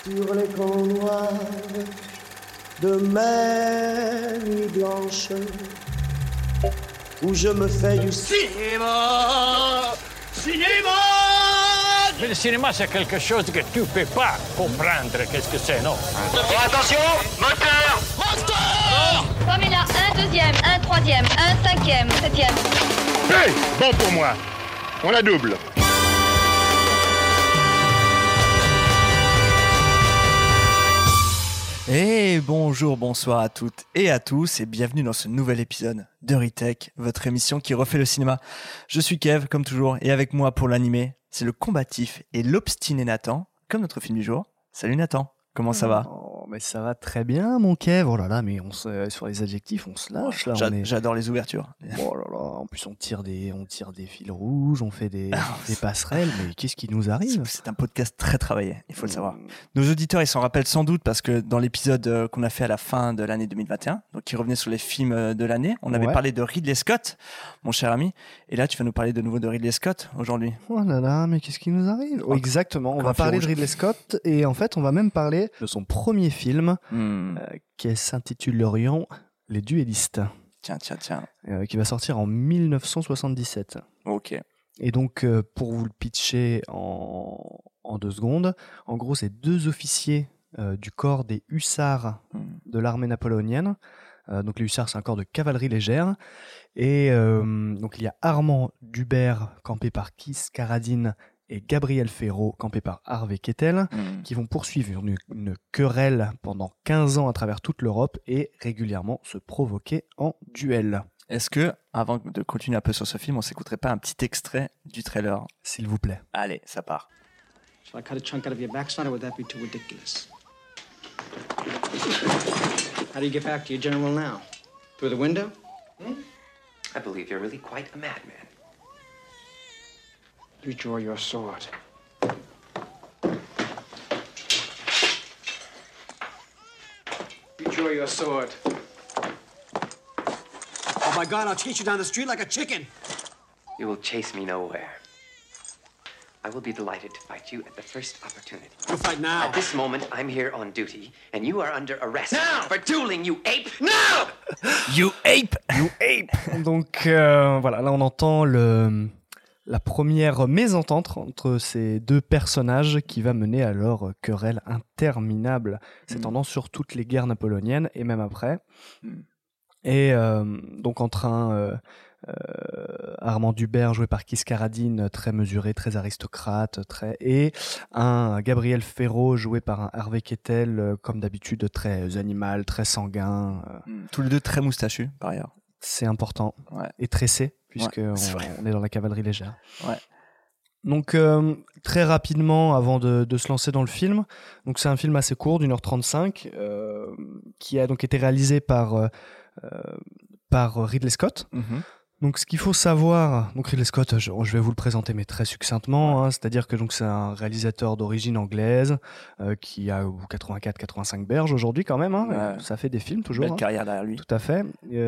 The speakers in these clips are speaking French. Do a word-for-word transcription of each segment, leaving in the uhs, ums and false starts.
Sur les camps noirs de mes nuits blanches, où je me fais du cinéma, cinéma. Mais le cinéma, c'est quelque chose que tu peux pas comprendre. Qu'est-ce que c'est, non? Attention, moteur, moteur. Comme il a un deuxième, un troisième, un cinquième, septième. Hey, bon pour moi. On la double. Et bonjour, bonsoir à toutes et à tous et bienvenue dans ce nouvel épisode de Retech, votre émission qui refait le cinéma. Je suis Kev, comme toujours, et avec moi pour l'animer, c'est le combatif et l'obstiné Nathan, comme notre film du jour. Salut Nathan, comment ça va? Oh, mais ça va très bien mon Kev, oh là là, mais on se, sur les adjectifs on se lâche là. J'a- on est... J'adore les ouvertures. Oh là là, en plus on tire des, on tire des fils rouges, on fait des, des passerelles, mais qu'est-ce qui nous arrive? C'est un podcast très travaillé, il faut le savoir. Nos auditeurs, ils s'en rappellent sans doute parce que dans l'épisode euh, qu'on a fait à la fin de l'année deux mille vingt et un, donc qui revenait sur les films euh, de l'année, on avait Ouais. parlé de Ridley Scott, mon cher ami, et là tu vas nous parler de nouveau de Ridley Scott aujourd'hui. Oh là là, mais qu'est-ce qui nous arrive? Oh, exactement, on Comme va un fil parler de rouge. Ridley Scott et en fait on va même parler de son premier film Hmm. euh, qui s'intitulerions Les Duellistes, Tiens, tiens, tiens. euh, qui va sortir en dix-neuf cent soixante-dix-sept. Ok. Et donc, euh, pour vous le pitcher en, en deux secondes, en gros, c'est deux officiers euh, du corps des hussards Hmm. de l'armée napoléonienne. Euh, donc, les hussards, c'est un corps de cavalerie légère. Et euh, donc, il y a Armand Dubert, campé par Keith Carradine, et Gabriel Ferraud, campé par Harvey Keitel, Hmm. qui vont poursuivre une, une querelle pendant quinze ans à travers toute l'Europe et régulièrement se provoquer en duel. Est-ce que, avant de continuer un peu sur ce film, on s'écouterait pas un petit extrait du trailer? S'il vous plaît. Allez, ça part. Shall I cut a chunk out of your backside or would that be too ridiculous? How do you get back to your general now? Through the window? I believe you're really quite a madman. You draw your sword. You draw your sword. Oh my God, I'll chase you down the street like a chicken. You will chase me nowhere. I will be delighted to fight you at the first opportunity. We'll fight now. At this moment, I'm here on duty, and you are under arrest now for dueling, you ape! Now! You ape! You ape! Donc euh, voilà, là on entend le, la première mésentente entre ces deux personnages qui va mener à leur querelle interminable, s'étendant sur toutes les guerres napoléoniennes et même après. Mm. Et euh, donc entre un euh, euh, Armand Dubert joué par Keith Carradine, très mesuré, très aristocrate, très et un Gabriel Ferraud joué par un Harvey Keitel, euh, comme d'habitude très animal, très sanguin. euh, Hmm. Tous les deux très moustachus, par ailleurs. c'est important. Ouais. Et tressé, puisque Ouais, on, c'est vrai. on est dans la cavalerie légère. Ouais. Donc euh, très rapidement, avant de, de se lancer dans le film, donc c'est un film assez court, d'une heure trente-cinq, euh, qui a donc été réalisé par, euh, euh, par Ridley Scott. Mhm. Donc ce qu'il faut savoir, donc Ridley Scott, je, je vais vous le présenter mais très succinctement, hein, c'est-à-dire que donc c'est un réalisateur d'origine anglaise euh, qui a quatre-vingt-quatre quatre-vingt-cinq berges aujourd'hui quand même, hein, Ouais. ça fait des films toujours. Belle hein. carrière derrière lui. Tout à fait.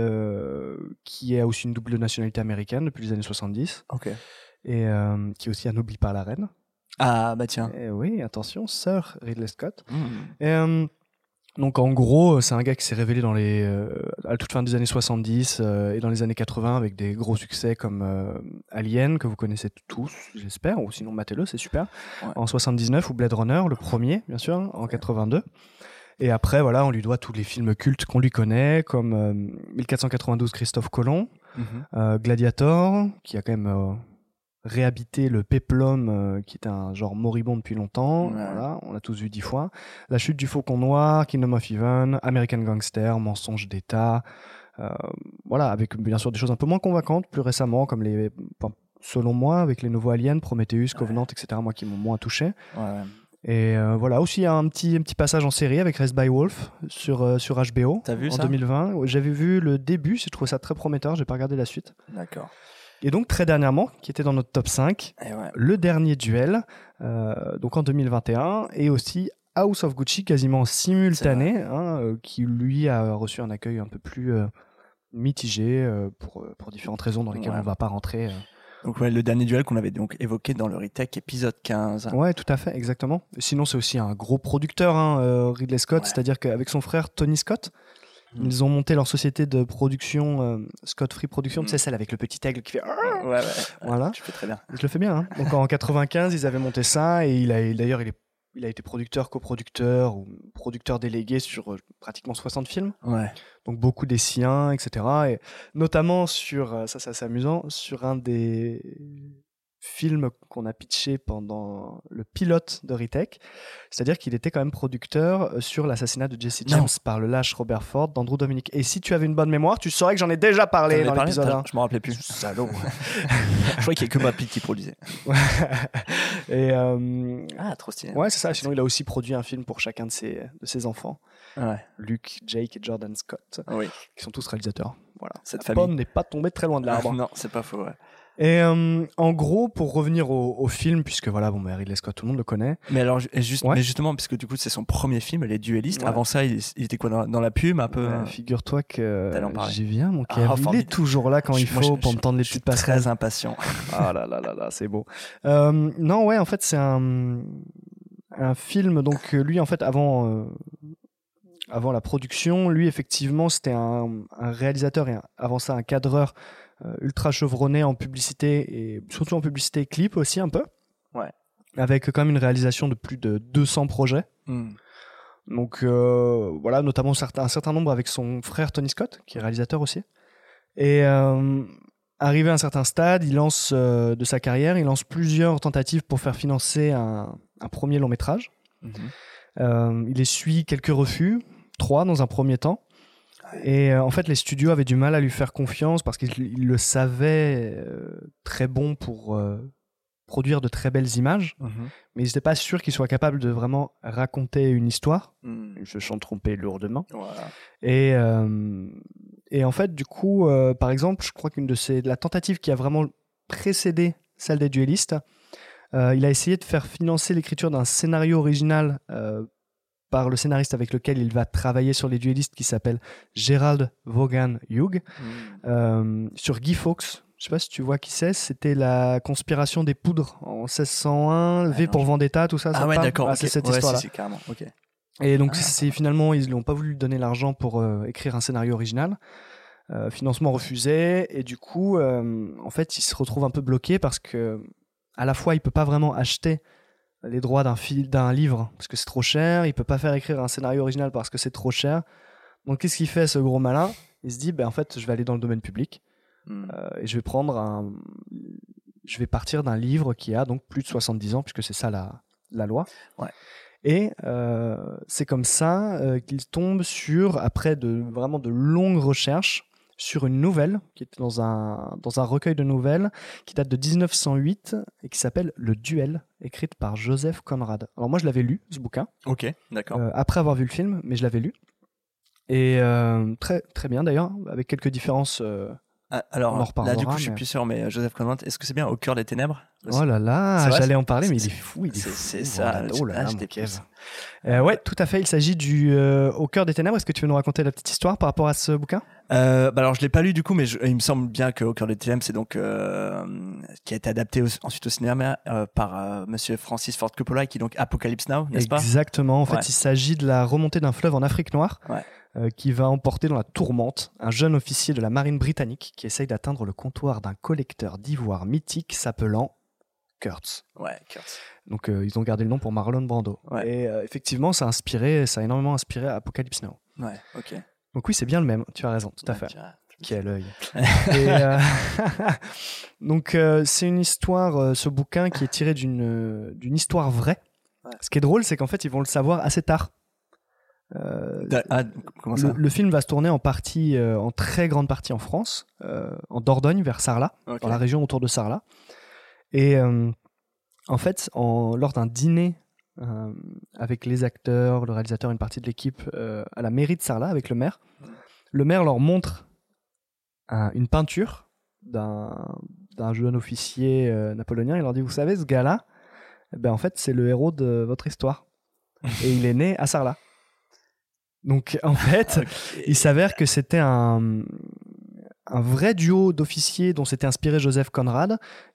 Euh, qui a aussi une double nationalité américaine depuis les années soixante-dix. Ok. Et euh, qui est aussi anobli par la reine. Ah, bah tiens. Et oui, attention, Sir Ridley Scott. Hmm. Et, euh, donc en gros, c'est un gars qui s'est révélé dans les, euh, à la toute fin des années soixante-dix euh, et dans les années quatre-vingts avec des gros succès comme euh, Alien, que vous connaissez tous, j'espère, ou sinon matez-le, c'est super. Ouais. En soixante-dix-neuf, ou Blade Runner, le premier, bien sûr, en quatre-vingt-deux. Et après, voilà, on lui doit tous les films cultes qu'on lui connaît, comme euh, mille quatre cent quatre-vingt-douze, Christophe Colomb, Mhm. euh, Gladiator, qui a quand même euh, réhabité le péplum, euh, qui était un genre moribond depuis longtemps. Ouais. Voilà, on l'a tous vu dix fois. La chute du Faucon Noir, Kingdom of Heaven, American Gangster, Mensonge d'État. Euh, voilà, avec bien sûr des choses un peu moins convaincantes plus récemment, comme les, enfin, selon moi, avec les nouveaux Aliens, Prometheus, Covenant, et cetera, moi qui m'ont moins touché. Ouais, ouais. Et euh, voilà, aussi il y a un petit, un petit passage en série avec Raised by Wolf sur, euh, sur H B O. T'as vu en ça deux mille vingt. J'avais vu le début, j'ai trouvé ça très prometteur, j'ai pas regardé la suite. D'accord. Et donc très dernièrement, qui était dans notre top cinq, Et ouais. Le Dernier Duel, euh, donc en deux mille vingt et un, et aussi House of Gucci, quasiment simultané, hein, euh, qui lui a reçu un accueil un peu plus euh, mitigé euh, pour, pour différentes raisons dans lesquelles Ouais. on ne va pas rentrer. euh, Donc ouais, le dernier duel qu'on avait donc évoqué dans le Retech épisode quinze. Ouais, tout à fait, exactement. Sinon, c'est aussi un gros producteur, hein, euh, Ridley Scott, ouais. C'est-à-dire qu'avec son frère Tony Scott, mmh. ils ont monté leur société de production, euh, Scott Free Production, mmh. tu sais, celle avec le petit aigle qui fait... Ouais, ouais, voilà. Tu fais très bien. Je le fais bien. Hein. Donc en quatre-vingt-quinze, ils avaient monté ça, et il a, d'ailleurs, il, est, il a été producteur, coproducteur, ou producteur délégué sur euh, pratiquement soixante films. Ouais. Donc beaucoup des siens, et cetera. Et notamment sur, ça c'est assez amusant, sur un des films qu'on a pitché pendant le pilote de Retech, c'est-à-dire qu'il était quand même producteur sur l'assassinat de Jesse James non. par le lâche Robert Ford d'Andrew Dominic. Et si tu avais une bonne mémoire, tu saurais que j'en ai déjà parlé dans parlé, l'épisode un. Je m'en rappelais plus. Salaud. Je croyais qu'il n'y a que Brad Pitt qui produisait. Et euh... Ah, trop stylé. Ouais, c'est ça. Sinon, il a aussi produit un film pour chacun de ses, de ses enfants. Ouais. Luke, Jake et Jordan Scott, oui. qui sont tous réalisateurs. Voilà. Cette La famille. pomme n'est pas tombée très loin de l'arbre. Non, c'est pas faux. Ouais. Et euh, en gros, pour revenir au, au film, puisque voilà, bon, bah, Ridley Scott, tout le monde le connaît. Mais alors, juste, ouais. mais justement, parce que du coup, c'est son premier film, Les Duellistes. Ouais. Avant ça, il, il était quoi dans, dans la pub, un peu. Ouais, figure-toi que j'y viens, mon ah, Kev. oh, il est toujours là quand je, il faut moi, je, pour je, me tendre les petites passerelles. Très impatient. Ah là là là là, c'est beau. Euh, non, ouais, en fait, c'est un un film. Donc lui, en fait, avant. Euh, Avant la production, lui, effectivement, c'était un, un réalisateur et un, avant ça un cadreur euh, ultra chevronné en publicité et surtout en publicité et clip aussi un peu. Ouais. Avec quand même une réalisation de plus de deux cents projets. Mm. Donc euh, voilà, notamment certains, un certain nombre avec son frère Tony Scott, qui est réalisateur aussi. Et euh, arrivé à un certain stade, il lance euh, de sa carrière, il lance plusieurs tentatives pour faire financer un, un premier long métrage. Mm-hmm. Euh, il essuie quelques refus, trois dans un premier temps. Et euh, en fait, les studios avaient du mal à lui faire confiance parce qu'ils le savaient euh, très bon pour euh, produire de très belles images, mmh. mais ils n'étaient pas sûrs qu'il soit capable de vraiment raconter une histoire. Mmh. Ils se sont trompés lourdement. Voilà. Et, euh, et en fait, du coup, euh, par exemple, je crois qu'une de ces, la tentative qui a vraiment précédé celle des duellistes, euh, il a essayé de faire financer l'écriture d'un scénario original euh, par le scénariste avec lequel il va travailler sur les duellistes, qui s'appelle Gerald Vaughan Hughes, mmh. euh, sur Guy Fawkes. Je sais pas si tu vois qui c'est, c'était la conspiration des poudres en seize cent un, ah, V non, pour je... Vendetta, tout ça. Ah ça ouais, parle d'accord. Ah, okay. C'est cette ouais, histoire-là. Si, si, carrément. Okay. Et donc, ah, c'est, finalement, ils n'ont pas voulu lui donner l'argent pour euh, écrire un scénario original. Euh, financement refusé. Et du coup, euh, en fait, il se retrouve un peu bloqué parce que, à la fois, il peut pas vraiment acheter les droits d'un, fil, d'un livre parce que c'est trop cher. Il peut pas faire écrire un scénario original parce que c'est trop cher. Donc, qu'est-ce qu'il fait, ce gros malin ? Il se dit, ben, en fait, je vais aller dans le domaine public. Mmh. Euh, et je vais prendre un je vais partir d'un livre qui a donc plus de soixante-dix ans puisque c'est ça la, la loi ouais. Et euh, c'est comme ça euh, qu'il tombe sur, après de, vraiment de longues recherches, sur une nouvelle qui est dans un, dans un recueil de nouvelles qui date de dix-neuf cent huit et qui s'appelle Le Duel, écrite par Joseph Conrad. Alors moi je l'avais lu, ce bouquin, ok, d'accord. Euh, après avoir vu le film, mais je l'avais lu et euh, très, très bien d'ailleurs, avec quelques différences. euh, Alors, là, du coup, mais... je suis plus sûr, mais Joseph Conrad, est-ce que c'est bien Au cœur des ténèbres aussi? Oh là là, vrai, j'allais en parler, mais c'est, il est fou, il est c'est, fou. C'est ça, oh là là, j'étais Kev. Euh, ouais, tout à fait, il s'agit du euh, Au cœur des ténèbres. Est-ce que tu veux nous raconter la petite histoire par rapport à ce bouquin? euh, bah alors, je l'ai pas lu du coup, mais je, il me semble bien que Au cœur des ténèbres, c'est donc euh, qui a été adapté au, ensuite au cinéma euh, par euh, Monsieur Francis Ford Coppola, qui est donc Apocalypse Now, n'est-ce pas? Exactement, en fait, ouais. il s'agit de la remontée d'un fleuve en Afrique noire. Ouais. Euh, qui va emporter dans la tourmente un jeune officier de la marine britannique qui essaye d'atteindre le comptoir d'un collecteur d'ivoire mythique s'appelant Kurtz. Ouais, Kurtz. Donc euh, ils ont gardé le nom pour Marlon Brando. Ouais. Et euh, effectivement, ça a inspiré, ça a énormément inspiré Apocalypse Now. Ouais, ok. Donc oui, c'est bien le même. Tu as raison, tout à ouais, fait. Tu as... Quel œil. Et, euh... Donc euh, c'est une histoire, euh, ce bouquin qui est tiré d'une euh, d'une histoire vraie. Ouais. Ce qui est drôle, c'est qu'en fait, ils vont le savoir assez tard. Euh, ah, comment ça le, le film va se tourner en partie, euh, en très grande partie en France, euh, en Dordogne, vers Sarlat, okay. dans la région autour de Sarlat. Et euh, en fait, en, lors d'un dîner euh, avec les acteurs, le réalisateur, une partie de l'équipe euh, à la mairie de Sarlat avec le maire, le maire leur montre un, une peinture d'un, d'un jeune officier euh, napoléonien. Il leur dit, vous savez, ce gars-là, ben, en fait, c'est le héros de votre histoire. Et il est né à Sarlat. Donc, en fait, okay. il s'avère que c'était un, un vrai duo d'officiers dont s'était inspiré Joseph Conrad,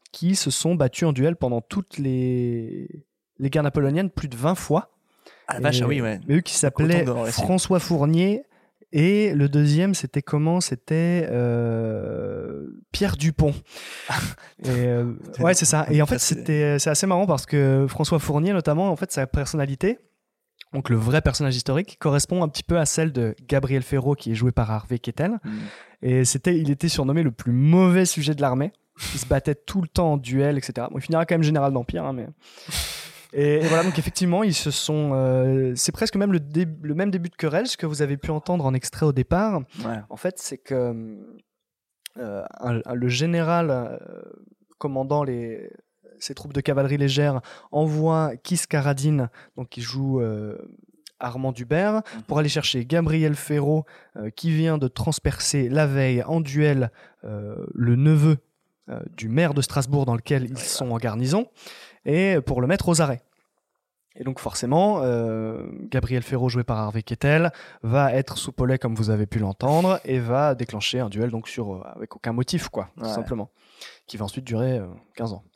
qui se sont battus en duel pendant toutes les, les guerres napoléoniennes, plus de vingt fois. Ah la vache, ah oui, ouais. Mais eux qui s'appelaient François Fournier, et le deuxième, c'était comment? C'était euh, Pierre Dupont. et, euh, ouais, c'est ça. Et en fait, c'était, c'est assez marrant parce que François Fournier, notamment, en fait, sa personnalité, donc le vrai personnage historique, correspond un petit peu à celle de Gabriel Ferro, qui est joué par Harvey Keitel. Mm. Et c'était, il était surnommé le plus mauvais sujet de l'armée. Il se battait tout le temps en duel, et cetera. Bon, il finira quand même général d'Empire, hein, mais... Et, et voilà, donc effectivement, ils se sont. Euh, c'est presque même le, dé, le même début de querelle, ce que vous avez pu entendre en extrait au départ. Ouais. En fait, c'est que euh, un, un, le général euh, commandant les, ces troupes de cavalerie légère envoie Kis Karadine, donc qui joue euh, Armand Dubert, mm-hmm. pour aller chercher Gabriel Ferro, euh, qui vient de transpercer la veille en duel euh, le neveu euh, du maire de Strasbourg, dans lequel ils sont en garnison, et pour le mettre aux arrêts. Et donc forcément, euh, Gabriel Ferro, joué par Harvey Keitel, va être soupolé comme vous avez pu l'entendre, et va déclencher un duel donc sur, euh, avec aucun motif, quoi, ouais. tout simplement, qui va ensuite durer euh, quinze ans.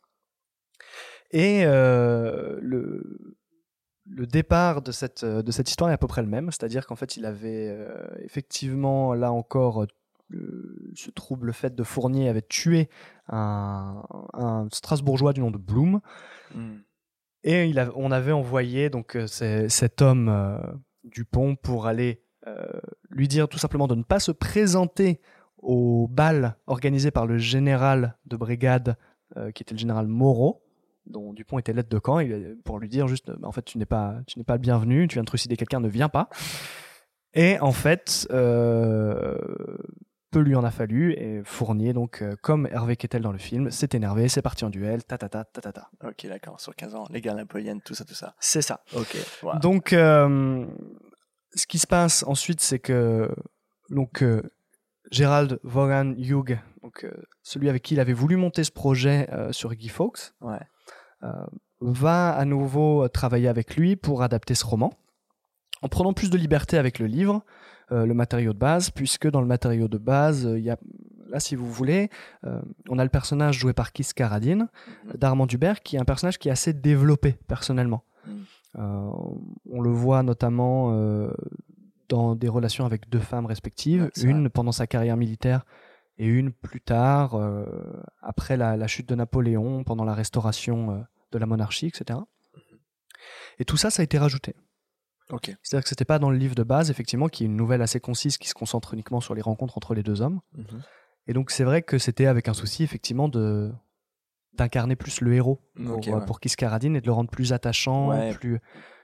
Et euh, le, le départ de cette, de cette histoire est à peu près le même, c'est-à-dire qu'en fait il avait euh, effectivement, là encore, euh, ce trouble fait de Fournier avait tué un, un Strasbourgeois du nom de Blum. Mm. Et il a, on avait envoyé donc euh, c'est, cet homme euh, Dupont pour aller euh, lui dire tout simplement de ne pas se présenter au bal organisé par le général de brigade euh, qui était le général Moreau, dont Dupont était l'aide de camp, il, pour lui dire juste bah, en fait tu n'es pas tu n'es pas le bienvenu, tu viens de trucider quelqu'un, ne viens pas. Et en fait euh, peu lui en a fallu, et Fournier, donc euh, comme Hervé Keitel dans le film, s'est énervé, c'est parti en duel, ta ta ta ta ta ta. Ok, d'accord, sur quinze ans, les guerres napoléoniennes, tout ça, tout ça. C'est ça. Ok. Wow. Donc, euh, ce qui se passe ensuite, c'est que donc euh, Gerald Vaughan Hughes, donc euh, celui avec qui il avait voulu monter ce projet euh, sur Guy Fawkes, ouais. euh, va à nouveau travailler avec lui pour adapter ce roman, en prenant plus de liberté avec le livre. Euh, le matériau de base, puisque dans le matériau de base, il euh, y a, là si vous voulez, euh, on a le personnage joué par Kis Karadine, mmh. d'Armand Dubert, qui est un personnage qui est assez développé personnellement. Mmh. Euh, on le voit notamment euh, dans des relations avec deux femmes respectives, ouais, une vrai. pendant sa carrière militaire et une plus tard, euh, après la, la chute de Napoléon, pendant la restauration euh, de la monarchie, et cetera. Mmh. Et tout ça, ça a été rajouté. Okay. C'est-à-dire que c'était pas dans le livre de base, effectivement, qui est une nouvelle assez concise qui se concentre uniquement sur les rencontres entre les deux hommes. Mm-hmm. Et donc c'est vrai que c'était avec un souci, effectivement, de d'incarner plus le héros pour, okay, ouais. pour Kis Karadine et de le rendre plus attachant, ouais. plus.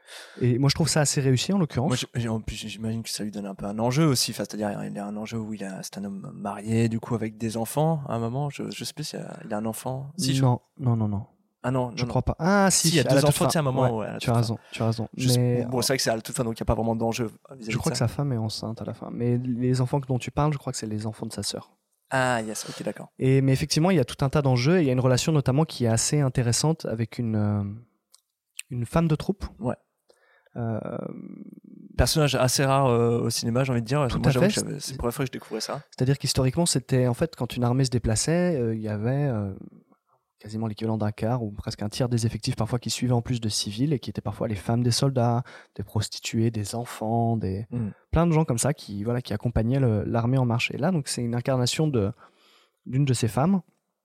Et moi je trouve ça assez réussi en l'occurrence. Moi, en plus, j'imagine que ça lui donne un peu un enjeu aussi. Enfin, c'est-à-dire il y a un enjeu où il a, c'est un homme marié, du coup avec des enfants. À un moment, je, je sais plus s'il a, il a un enfant. Si, non, je... non, non, non. Ah non, je non, crois non. pas. Ah si, si il y a deux enfants, c'est un moment. Ouais, ouais, tu as raison, tu as raison. Juste, mais bon, c'est vrai que c'est à la toute fin, donc il n'y a pas vraiment d'enjeu. Je crois que sa femme est enceinte à la fin. Mais les enfants dont tu parles, je crois que c'est les enfants de sa sœur. Ah yes, ok, d'accord. Et mais effectivement, il y a tout un tas d'enjeux. Et il y a une relation notamment qui est assez intéressante avec une euh, une femme de troupe. Ouais. Euh... Personnage assez rare euh, au cinéma, j'ai envie de dire. Tout Moi, à fait. C'est la première fois que je découvrais ça. C'est-à-dire qu'historiquement, c'était en fait quand une armée se déplaçait, euh, il y avait euh, quasiment l'équivalent d'un quart ou presque un tiers des effectifs parfois qui suivaient en plus de civils et qui étaient parfois les femmes des soldats, des prostituées, des enfants, des mm. plein de gens comme ça qui voilà qui accompagnaient le, l'armée en marche. Et là, donc c'est une incarnation de d'une de ces femmes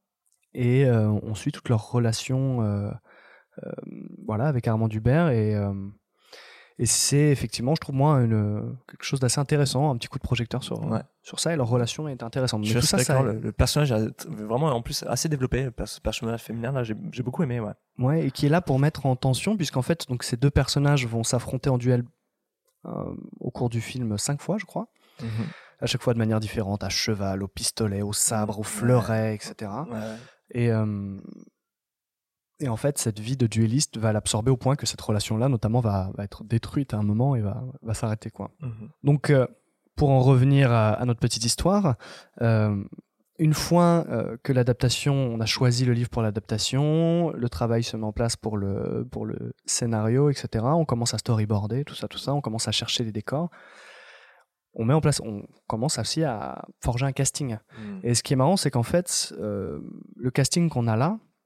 et euh, on suit toute leur relation euh, euh, voilà avec Armand Dubert et euh, Et c'est effectivement, je trouve moi, une, quelque chose d'assez intéressant, un petit coup de projecteur sur, ouais. sur ça, et leur relation est intéressante. Je Mais suis tout ça, ça... Le, le personnage a vraiment, en plus, assez développé, le personnage féminin, là, j'ai, j'ai beaucoup aimé. Ouais. ouais, et qui est là pour mettre en tension, puisqu'en fait, donc, ces deux personnages vont s'affronter en duel euh, au cours du film cinq fois, je crois. Mm-hmm. À chaque fois de manière différente, à cheval, au pistolet, au sabre, au fleuret, ouais. et cetera. Ouais. Et... Euh, Et en fait, cette vie de duelliste va l'absorber au point que cette relation-là, notamment, va, va être détruite à un moment et va, va s'arrêter, quoi. Mmh. Donc, euh, pour en revenir à, à notre petite histoire, euh, une fois euh, que l'adaptation, on a choisi le livre pour l'adaptation, le travail se met en place pour le, pour le scénario, et cetera. On commence à storyboarder, tout ça, tout ça. On commence à chercher les décors. On met en place, on commence aussi à forger un casting. Mmh. Et ce qui est marrant, c'est qu'en fait, euh, le casting qu'on a là,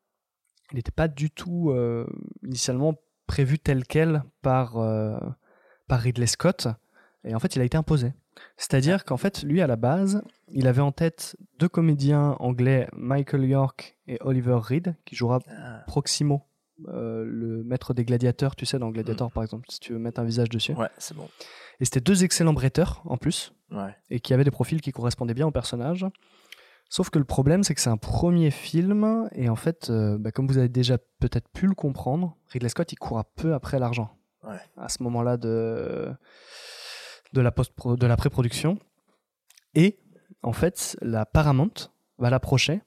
il n'était pas du tout euh, initialement prévu tel quel par, euh, par Ridley Scott. Et en fait, il a été imposé. C'est-à-dire qu'en fait, lui, à la base, il avait en tête deux comédiens anglais, Michael York et Oliver Reed, qui jouera Ah. Proximo, euh, le maître des gladiateurs, tu sais, dans Gladiator, Mm. par exemple, si tu veux mettre un visage dessus. Ouais, c'est bon. Et c'était deux excellents bretteurs, en plus, Ouais. et qui avaient des profils qui correspondaient bien au personnage. Sauf que le problème, c'est que c'est un premier film, et en fait, euh, bah, comme vous avez déjà peut-être pu le comprendre, Ridley Scott, il court un peu après l'argent. Ouais. À ce moment-là de, de la, post de la pré-production. Et, en fait, la Paramount va l'approcher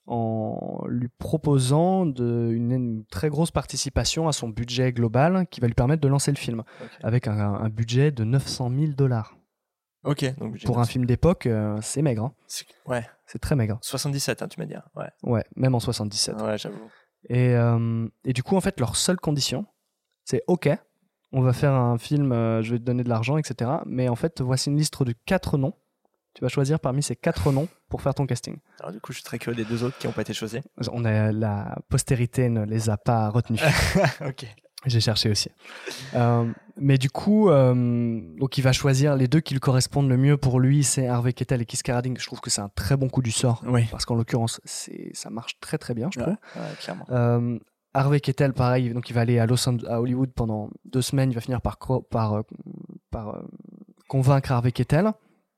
en lui proposant de, une, une très grosse participation à son budget global qui va lui permettre de lancer le film, Okay. avec un, un budget de neuf cent mille dollars. Ok, donc Pour un film d'époque, euh, c'est maigre. Hein. C'est- Ouais, C'est très maigre. soixante-dix-sept, hein, tu m'as dit. hein. Ouais, Ouais, même en soixante-dix-sept. ouais j'avoue. Et, euh, et du coup, en fait, leur seule condition, c'est OK, on va faire un film, euh, je vais te donner de l'argent, et cetera. Mais en fait, voici une liste de quatre noms. Tu vas choisir parmi ces quatre noms pour faire ton casting. Alors du coup, je suis très curieux des deux autres qui n'ont pas été choisis. On a, la postérité ne les a pas retenus. Ok. J'ai cherché aussi. Euh, mais du coup, euh, donc il va choisir les deux qui lui correspondent le mieux pour lui, c'est Harvey Keitel et Keith Carradine. Je trouve que c'est un très bon coup du sort. Oui. Parce qu'en l'occurrence, c'est, ça marche très très bien, je Ouais, trouve. ouais, clairement. Euh, Harvey Keitel, pareil, donc il va aller à, Los Angeles, à Hollywood pendant deux semaines. Il va finir par, co- par, euh, par euh, convaincre Harvey Keitel,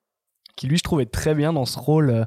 qui lui, je trouve, est très bien dans ce rôle euh,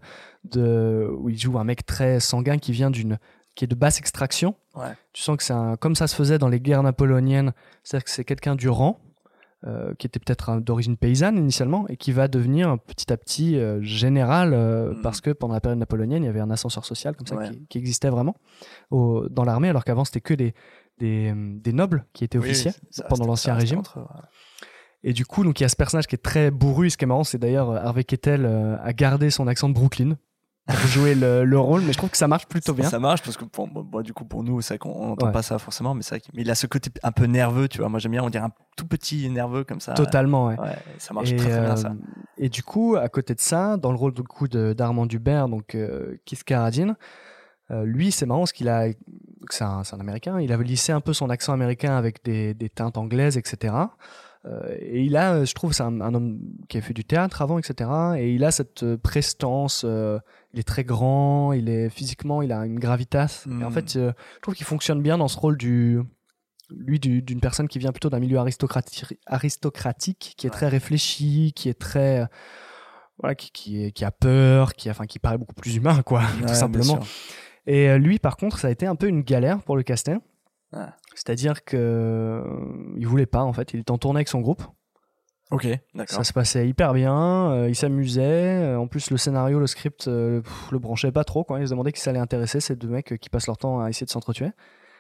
de, où il joue un mec très sanguin qui vient d'une qui est de basse extraction. Ouais. Tu sens que c'est un, comme ça se faisait dans les guerres napoléoniennes, c'est-à-dire que c'est quelqu'un du rang, euh, qui était peut-être un- d'origine paysanne initialement, et qui va devenir petit à petit euh, général, euh, Mm. parce que pendant la période napoléonienne, il y avait un ascenseur social comme ça Ouais. qui, qui existait vraiment au- dans l'armée, alors qu'avant c'était que des, des, des nobles qui étaient Oui, officiers ça pendant restait- l'ancien ça restait régime. entre eux, ouais. Et du coup, donc il y a ce personnage qui est très bourru. Ce qui est marrant, c'est d'ailleurs euh, Harvey Keitel euh, a gardé son accent de Brooklyn pour jouer le, le rôle, mais je trouve que ça marche plutôt bien. Ça marche parce que pour, bon, bon, du coup pour nous c'est vrai qu'on n'entend Ouais. pas ça forcément, mais c'est vrai qu'il il a ce côté un peu nerveux, tu vois. Moi j'aime bien, on dirait un tout petit nerveux comme ça. Totalement, ouais. Ouais, ça marche Et, très très bien euh, ça. Et du coup, à côté de ça, dans le rôle du coup de- d'Armand Dubert, donc euh, Keith Carradine, euh, lui, c'est marrant parce qu'il a, donc c'est un, c'est un Américain, il avait lissé un peu son accent américain avec des, des teintes anglaises, et cetera. Euh, et il a, euh, je trouve, c'est un, un homme qui a fait du théâtre avant, et cetera. Et il a cette euh, prestance. euh, il est très grand, il est physiquement, il a une gravitas. Mm. Et en fait, euh, je trouve qu'il fonctionne bien dans ce rôle du, lui, du- d'une personne qui vient plutôt d'un milieu aristocratique, aristocratique qui est Ouais. très réfléchi, qui est très, euh, voilà, qui, qui, est- qui a peur, qui, enfin, qui paraît beaucoup plus humain, quoi, Ouais, tout bien simplement. sûr. Et euh, lui, par contre, ça a été un peu une galère pour le casting. Ah. C'est-à-dire que euh, il voulait pas, en fait. Il était en tournée avec son groupe. Ok, d'accord. Ça se passait hyper bien. euh, il s'amusait. euh, en plus, le scénario, le script, euh, pff, le branchait pas trop, quoi. Il se demandait qui ça allait intéresser, ces deux mecs euh, qui passent leur temps à essayer de s'entretuer.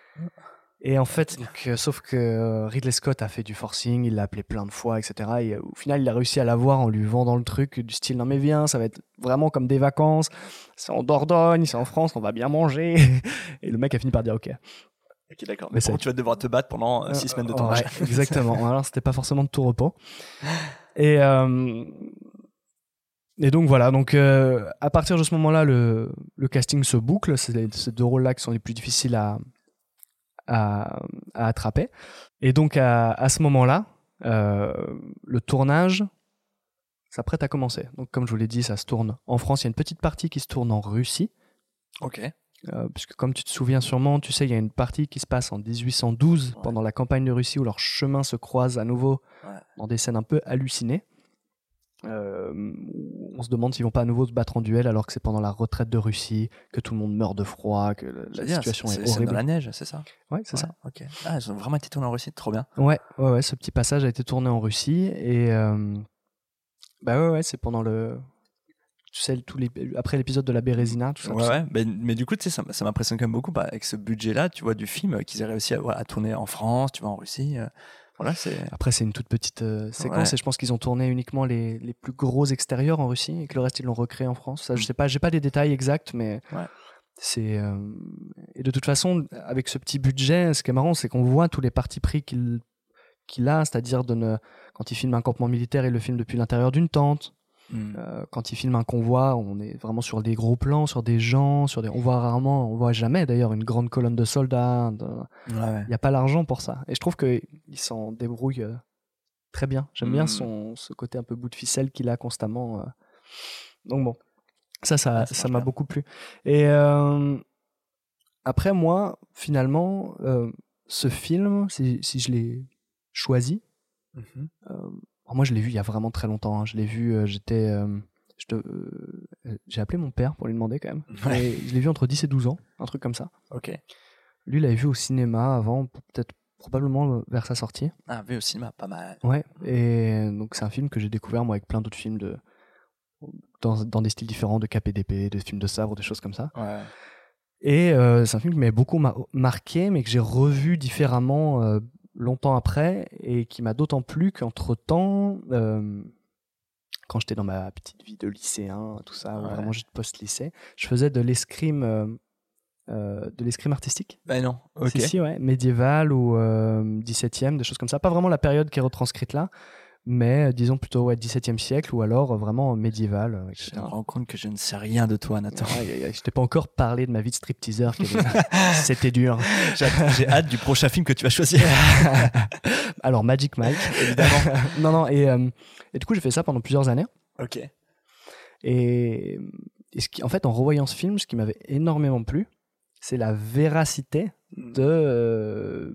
Et en fait, donc, euh, sauf que euh, Ridley Scott a fait du forcing, il l'a appelé plein de fois, et cetera. Et euh, au final, il a réussi à l'avoir en lui vendant le truc du style non mais viens, ça va être vraiment comme des vacances. C'est en Dordogne, c'est en France, on va bien manger. Et le mec a fini par dire ok. Ok, d'accord. Mais Mais ça- bon, tu vas devoir te battre pendant euh, six semaines de Euh, tournage. ouais, exactement. Alors, c'était pas forcément de tout repos. Et, euh, et donc, voilà. Donc, euh, à partir de ce moment-là, le, le casting se boucle. C'est les- ces deux rôles-là qui sont les plus difficiles à, à, à attraper. Et donc, à, à ce moment-là, euh, le tournage s'apprête à commencer. Donc, comme je vous l'ai dit, ça se tourne en France. Il y a une petite partie qui se tourne en Russie. Ok. Euh, puisque comme tu te souviens sûrement, tu sais, il y a une partie qui se passe en dix-huit cent douze, Ouais. pendant la campagne de Russie, où leurs chemins se croisent à nouveau Ouais. dans des scènes un peu hallucinées. Euh, où on se demande s'ils vont pas à nouveau se battre en duel alors que c'est pendant la retraite de Russie, que tout le monde meurt de froid, que la, la C'est-à-dire, situation c'est- est c'est scène horrible. dans la neige, c'est ça? Ouais, c'est Ouais, ça. Ok. Ah, ils ont vraiment été tournés en Russie, trop bien. Ouais, ouais, ouais, ce petit passage a été tourné en Russie et euh, bah ouais, ouais, c'est pendant le, tu sais, tous les, après l'épisode de la Bérésina, tout ça. tout Ouais, ça. ouais. Mais, mais du coup, tu sais, ça, m- ça m'impressionne quand même beaucoup bah, avec ce budget-là, tu vois, du film, euh, qu'ils aient réussi à, voilà, à tourner en France, tu vois, en Russie. euh, voilà, c'est. Après, c'est une toute petite euh, séquence Ouais. et je pense qu'ils ont tourné uniquement les, les plus gros extérieurs en Russie et que le reste, ils l'ont recréé en France. Ça, je Mm. sais pas, j'ai pas les détails exacts, mais Ouais. c'est. euh, Et de toute façon, avec ce petit budget, ce qui est marrant, c'est qu'on voit tous les partis pris qu'il qu'il a, c'est-à-dire de ne... quand il filme un campement militaire, il le filme depuis l'intérieur d'une tente. Mm. Euh, quand il filme un convoi, on est vraiment sur des gros plans, sur des gens, sur des... on voit rarement, on voit jamais d'ailleurs une grande colonne de soldats. De... Ouais, ouais. Il n'y a pas l'argent pour ça. Et je trouve qu'il s'en débrouille euh, très bien. J'aime Mm. bien son, ce côté un peu bout de ficelle qu'il a constamment. Euh... Donc bon, ça, ça, Ouais, ça ça marche m'a bien. beaucoup plu. Et euh, après, moi, finalement, euh, ce film, si, si je l'ai choisi, Mhm. euh, alors moi, je l'ai vu il y a vraiment très longtemps. hein. Je l'ai vu, euh, j'étais... euh, je te- euh, j'ai appelé mon père pour lui demander quand même. Ouais. Et je l'ai vu entre dix et douze ans, un truc comme ça. Ok. Lui, il l'avait vu au cinéma avant, peut-être probablement vers sa sortie. Ah, vu au cinéma, pas mal. Ouais, et donc c'est un film que j'ai découvert moi avec plein d'autres films de dans, dans des styles différents, de K P D P, des films de sabre, des choses comme ça. Ouais. Et euh, c'est un film qui m'a beaucoup ma- marqué, mais que j'ai revu différemment euh, longtemps après, et qui m'a d'autant plu qu'entre-temps, euh, quand j'étais dans ma petite vie de lycéen, tout ça, ou Ouais. vraiment juste post-lycée, je faisais de l'escrime, euh, euh, de l'escrime artistique. Bah non, ok. Si, si, ouais, médiéval ou euh, dix-septième, des choses comme ça. Pas vraiment la période qui est retranscrite là, mais euh, disons plutôt ouais, dix-septième siècle ou alors euh, vraiment médiéval, euh, Je et cetera. me rends compte que je ne sais rien de toi, Nathan. Aïe, aïe, aïe, je t'ai pas encore parlé de ma vie de stripteaseur. Kevin. C'était dur. J'ai hâte- j'ai hâte du prochain film que tu vas choisir. Alors, Magic Mike, évidemment. non, non, et, euh, et du coup, j'ai fait ça pendant plusieurs années. Ok. Et, et ce qui, en fait, en revoyant ce film, ce qui m'avait énormément plu, c'est la véracité de, euh,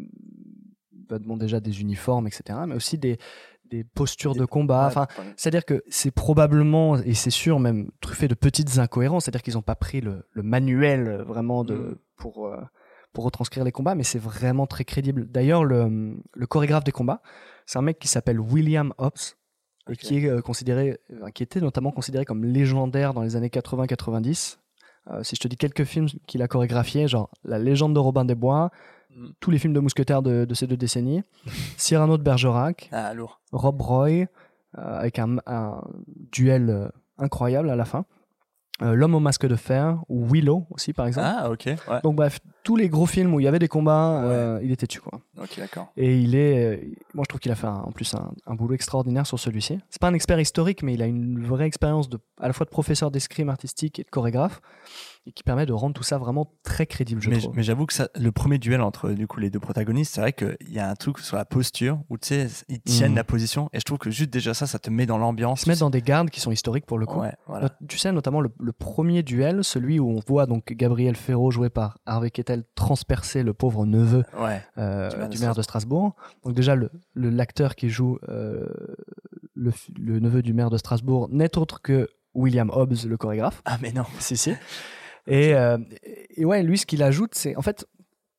bah, bon, déjà des uniformes, et cetera, mais aussi des, des postures de combat. Enfin, c'est-à-dire que c'est probablement, et c'est sûr même, truffé de petites incohérences. C'est-à-dire qu'ils n'ont pas pris le, le manuel euh, vraiment de, Mm. pour, euh, pour retranscrire les combats, mais c'est vraiment très crédible. D'ailleurs, le, le chorégraphe des combats, c'est un mec qui s'appelle William Hobbs, et Ok. qui, est, euh, considéré, euh, qui était notamment considéré comme légendaire dans les années quatre-vingts quatre-vingt-dix. Euh, si je te dis quelques films qu'il a chorégraphiés, genre La légende de Robin des Bois, Mm. tous les films de mousquetaires de, de ces deux décennies, Cyrano de Bergerac, Ah, lourd. Rob Roy, euh, avec un, un duel euh, incroyable à la fin, euh, L'homme au masque de fer, ou Willow aussi par exemple. Ah, ok. Ouais. Donc bref, tous les gros films où il y avait des combats, euh, il était dessus quoi. Ok, d'accord. Et il est, euh, moi je trouve qu'il a fait un- en plus un, un boulot extraordinaire sur celui-ci. C'est pas un expert historique, mais il a une vraie expérience de, à la fois de professeur d'escrime artistique et de chorégraphe, et qui permet de rendre tout ça vraiment très crédible, je mais, trouve. mais j'avoue que ça, le premier duel entre du coup les deux protagonistes, c'est vrai qu'il y a un truc sur la posture où tu sais ils tiennent Mm. la position et je trouve que juste déjà ça, ça te met dans Ils l'ambiance. se mettent dans des gardes qui sont historiques pour le coup. Ouais, voilà. Not- Tu sais, notamment le, le premier duel, celui où on voit donc Gabriel Ferraud joué par Harvey Keitel transpercer le pauvre neveu Ouais. euh, Du maire de du maire de Strasbourg. Donc déjà, le, le- l'acteur qui joue euh, le, f- le neveu du maire de Strasbourg n'est autre que William Hobbs, le chorégraphe. Ah mais non. Si, si. Et, euh, et ouais, lui, ce qu'il ajoute, c'est en fait,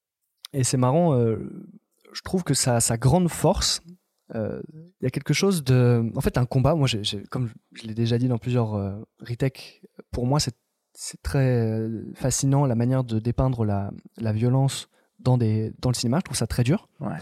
et c'est marrant, euh, je trouve que sa, sa grande force, euh, il y a quelque chose de. En fait, un combat, moi, j'ai, j'ai- comme je l'ai déjà dit dans plusieurs euh, retakes, pour moi, c'est, c'est très euh, fascinant la manière de dépeindre la, la violence dans, des, dans le cinéma. Je trouve ça très dur. Ouais.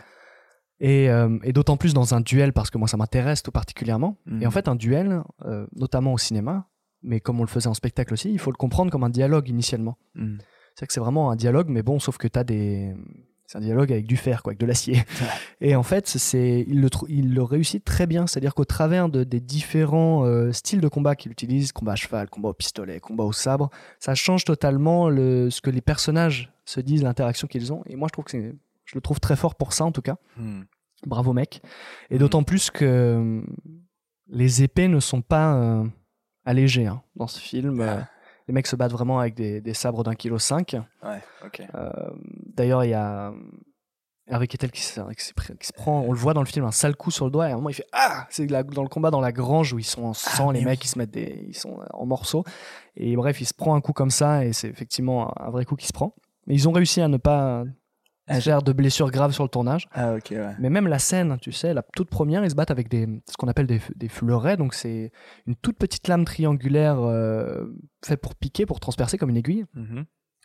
Et, euh, et d'autant plus dans un duel, parce que moi, ça m'intéresse tout particulièrement. Mhm. Et en fait, un duel, euh, notamment au cinéma, mais comme on le faisait en spectacle aussi, il faut le comprendre comme un dialogue initialement. Mm. C'est que c'est vraiment un dialogue, mais bon, sauf que t'as des. C'est un dialogue avec du fer, quoi, avec de l'acier. Et en fait, c'est, il, le trou- il le réussit très bien. C'est-à-dire qu'au travers de, des différents euh, styles de combat qu'il utilise, combat à cheval, combat au pistolet, combat au sabre, ça change totalement le, ce que les personnages se disent, l'interaction qu'ils ont. Et moi, je trouve que c'est, je le trouve très fort pour ça, en tout cas. Mm. Bravo, mec. Et Mm. d'autant plus que euh, les épées ne sont pas euh, allégées hein, dans ce film. Euh, les mecs se battent vraiment avec des, des sabres d'un kilo cinq. Ouais. Ok. Euh, d'ailleurs, il y a Harvey Keitel qui, se- qui, se pr- qui se prend, on le voit dans le film, un sale coup sur le doigt, et à un moment il fait ah, c'est la- dans le combat dans la grange où ils sont en sang, Ah, les mais mecs oui. ils se mettent des, ils sont en morceaux, et bref, il se prend un coup comme ça, et c'est effectivement un, un vrai coup qui se prend. Mais ils ont réussi à ne pas Ah, faire de blessures graves sur le tournage. Ah ok, ouais. Mais même la scène, tu sais, la toute première, ils se battent avec des, ce qu'on appelle des, f- des fleurets. Donc c'est une toute petite lame triangulaire euh, faite pour piquer, pour transpercer comme une aiguille. Mhm.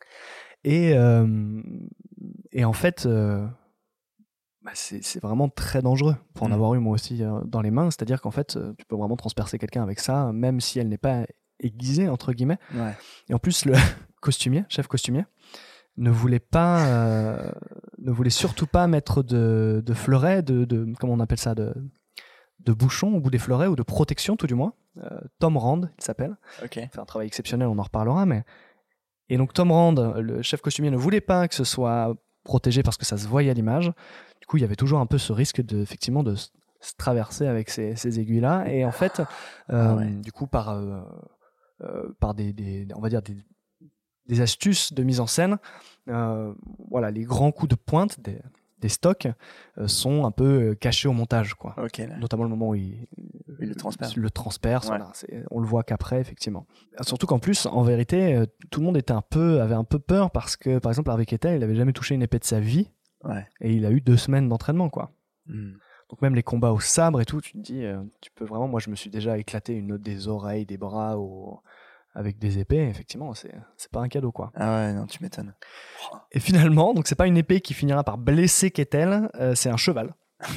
Et, euh, et en fait, euh, bah, c'est c'est vraiment très dangereux pour en Mhm. avoir eu moi aussi euh, dans les mains. C'est-à-dire qu'en fait, euh, tu peux vraiment transpercer quelqu'un avec ça, même si elle n'est pas aiguisée, entre guillemets. Ouais. Et en plus, le costumier, chef costumier, ne voulait pas, euh, ne voulait surtout pas mettre de, de fleurets, de, de, comment on appelle ça, de, de bouchons au bout des fleurets, ou de protection tout du moins. Euh, Tom Rand, il s'appelle. Ok. Il fait un travail exceptionnel, on en reparlera. Mais... Et donc Tom Rand, le chef costumier, ne voulait pas que ce soit protégé parce que ça se voyait à l'image. Du coup, il y avait toujours un peu ce risque de, effectivement, de se traverser avec ces, ces aiguilles-là. Et en fait, euh, Ah ouais. du coup, par, euh, euh, par des, des, on va dire des, des astuces de mise en scène, euh, voilà, les grands coups de pointe des, des stocks euh, sont un peu cachés au montage, quoi. Ok. Là. Notamment le moment où il, Il le transperce. le transperce, Ouais. voilà, c'est, on le voit qu'après, effectivement. Surtout qu'en plus, en vérité, euh, tout le monde était un peu, avait un peu peur parce que, par exemple, Harvey Keitel, il avait jamais touché une épée de sa vie. Ouais. Et il a eu deux semaines d'entraînement, quoi. Mm. Donc même les combats au sabre et tout, tu te dis, euh, tu peux vraiment... Moi, je me suis déjà éclaté une des oreilles, des bras au... avec des épées. Effectivement, c'est, c'est pas un cadeau, quoi. Ah ouais, non, tu m'étonnes. Et finalement, donc c'est pas une épée qui finira par blesser Keitel, euh, c'est un cheval.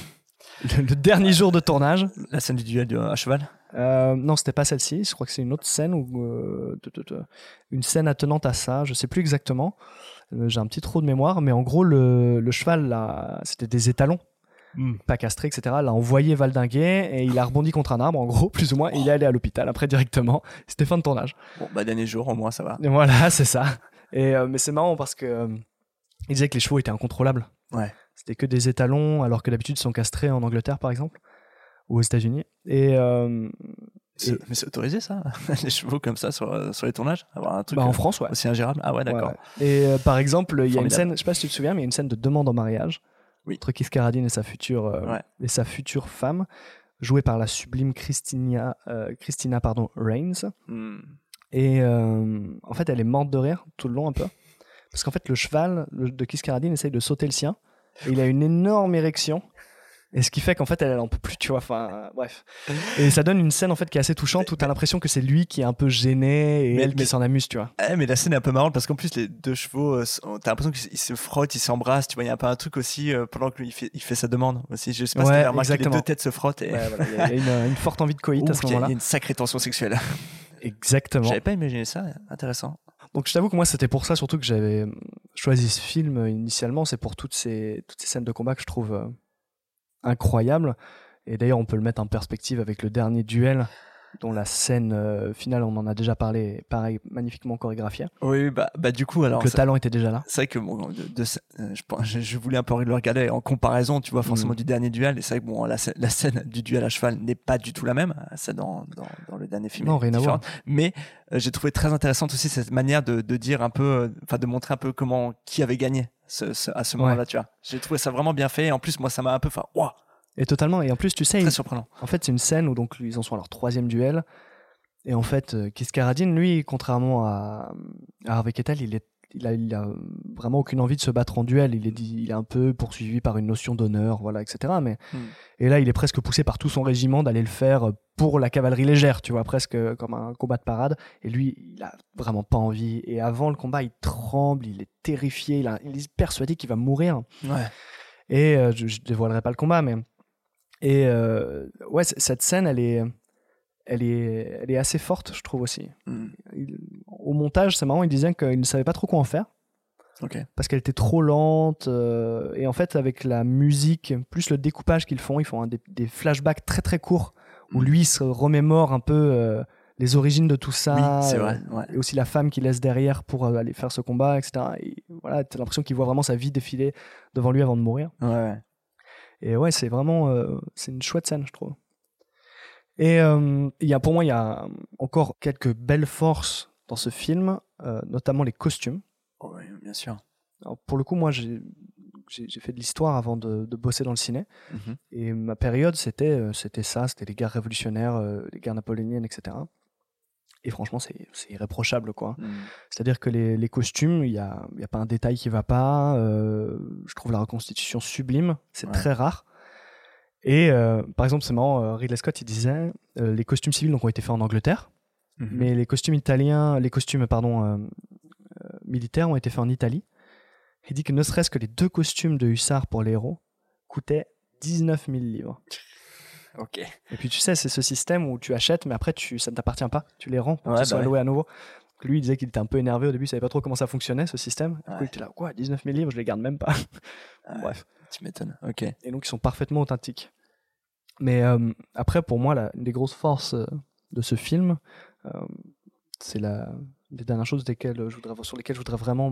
le, le dernier jour de tournage. La scène du duel de- à cheval. Euh, non, c'était pas celle-ci. Je crois que c'est une autre scène ou euh, te- te- te- une scène attenante à ça. Je sais plus exactement. Euh, j'ai un petit trou de mémoire, mais en gros, le, le cheval là, c'était des étalons, Mm. pas castré, et cetera. L'a envoyé valdinguer et il a rebondi contre un arbre, en gros, plus ou moins. Et il est allé à l'hôpital après directement. C'était fin de tournage. Bon, bah dernier jour, au moins ça va. Et voilà, c'est ça. Et euh, mais c'est marrant parce que euh, il disait que les chevaux étaient incontrôlables. Ouais. C'était que des étalons, alors que d'habitude ils sont castrés en Angleterre, par exemple, ou aux États-Unis. Et euh, C'est- Et- Mais c'est autorisé ça, les chevaux comme ça sur, euh, sur les tournages, avoir un truc bah, en euh, France, ouais. aussi ingérable. Ah ouais, d'accord. Ouais, ouais. Et euh, par exemple, il y a une Formidable. scène, je sais pas si tu te souviens, mais il y a une scène de demande en mariage Oui. entre Keith Carradine et sa future euh, Ouais. et sa future femme, jouée par la sublime Christina, euh, Christina pardon, Rains. Hmm. Et euh, en fait, elle est morte de rire tout le long un peu, parce qu'en fait, le cheval le- de Keith Carradine essaye de sauter le sien, et il a une énorme érection. Et ce qui fait qu'en fait, elle, elle en peut plus, tu vois. Enfin, euh, bref. Et ça donne une scène en fait qui est assez touchante où t'as l'impression que c'est lui qui est un peu gêné et Mais- elle mais- qui s'en amuse, tu vois. Eh, mais la scène est un peu marrante parce qu'en plus les deux chevaux, euh, sont- t'as l'impression qu'ils se frottent, ils s'embrassent. Tu vois, il y a un peu un truc aussi euh, pendant qu'il fait, il fait sa demande aussi. Je sais pas si Ouais, t'avais remarqué, les exactement. deux têtes se frottent et Ouais, voilà, il y a, il y a une, une forte envie de coït à Ouf, ce il y a- il y moment-là. a une sacrée tension sexuelle. Exactement. J'avais pas imaginé ça, intéressant. Donc je t'avoue que moi c'était pour ça surtout que j'avais choisi ce film euh, initialement, c'est pour toutes ces, toutes ces scènes de combat que je trouve euh, incroyables. Et d'ailleurs on peut le mettre en perspective avec le dernier duel, dont la scène euh, finale on en a déjà parlé, pareil, magnifiquement chorégraphiée. Oui, bah, bah du coup, alors. Donc, le ça- talent était déjà là. C'est vrai que bon, de, de- euh, je, pense- je, je voulais un peu le regarder en comparaison, tu vois, forcément Mm. du dernier duel. Et c'est vrai que bon, la, scè- la scène du duel à cheval n'est pas du tout la même. Ça dans, dans, dans le dernier film. Non, est rien à différente. Mais euh, j'ai trouvé très intéressante aussi cette manière de, de dire un peu, euh, enfin de montrer un peu comment qui avait gagné ce, ce- à ce Ouais. moment-là, tu vois. J'ai trouvé ça vraiment bien fait. Et en plus, moi, ça m'a un peu, enfin, waouh, Et totalement. Et en plus tu sais, très il- surprenant. en fait c'est une scène où donc ils en sont à leur troisième duel. Et en fait, euh, Keith Carradine, lui, contrairement à, à Harvey Keitel, il, est, il, a, il a vraiment aucune envie de se battre en duel. Il est, dit- il est un peu poursuivi par une notion d'honneur, voilà, et cetera. Mais, Hmm. Et là, il est presque poussé par tout son régiment d'aller le faire pour la cavalerie légère, tu vois, presque comme un combat de parade. Et lui, il a vraiment pas envie. Et avant le combat, il tremble, il est terrifié, il, a- il est persuadé qu'il va mourir. Ouais. Et euh, je, je dévoilerai pas le combat, mais et euh, ouais, c- cette scène, elle est, elle est, elle est assez forte, je trouve aussi. Mm. Il- au montage, c'est marrant, il disait qu'il ne savait pas trop quoi en faire Ok. parce qu'elle était trop lente. euh, et en fait, avec la musique, plus le découpage qu'ils font, ils font un des, des flashbacks très très courts où Mm. lui se remémore un peu euh, les origines de tout ça. Oui, c'est vrai, euh, ouais. Et aussi la femme qu'il laisse derrière pour euh, aller faire ce combat, et cetera. Et voilà, t'as l'impression qu'il voit vraiment sa vie défiler devant lui avant de mourir. Ouais, ouais. Et ouais, c'est vraiment euh, c'est une chouette scène, je trouve. Et euh, il y a, pour moi, il y a encore quelques belles forces dans ce film, euh, notamment les costumes. Oh, ouais, bien sûr. Alors, pour le coup, moi, j'ai j'ai j'ai fait de l'histoire avant de, de bosser dans le ciné. Mhm. Et ma période, c'était euh, c'était ça, c'était les guerres révolutionnaires, euh, les guerres napoléoniennes, et cetera. Et franchement, c'est c'est irréprochable, quoi. Mm. C'est-à-dire que les, les costumes, il n'y a, il y a pas un détail qui va pas. euh, je trouve la reconstitution sublime. C'est Ouais. très rare. Et euh, par exemple, c'est marrant, euh, Ridley Scott, il disait euh, les costumes civils donc, ont été faits en Angleterre, Mhm. mais les costumes italiens, les costumes pardon, euh, euh, militaires ont été faits en Italie. Il dit que ne serait-ce que les deux costumes de hussards pour les héros coûtaient dix-neuf mille livres. Ok. Et puis tu sais, c'est ce système où tu achètes, mais après tu, ça ne t'appartient pas. Tu les rends pour Ouais, que ce bah soit ouais. loué à nouveau. Donc lui, il disait qu'il était un peu énervé au début, il savait pas trop comment ça fonctionnait ce système. Du coup, Ouais. il était là, quoi, dix-neuf mille livres, je les garde même pas. Ouais. Bref. Tu m'étonnes. Ok. Et donc ils sont parfaitement authentiques. Mais euh, après, pour moi, la, une des grosses forces euh, de ce film, euh, c'est la, des dernières choses desquelles je voudrais, sur lesquelles je voudrais vraiment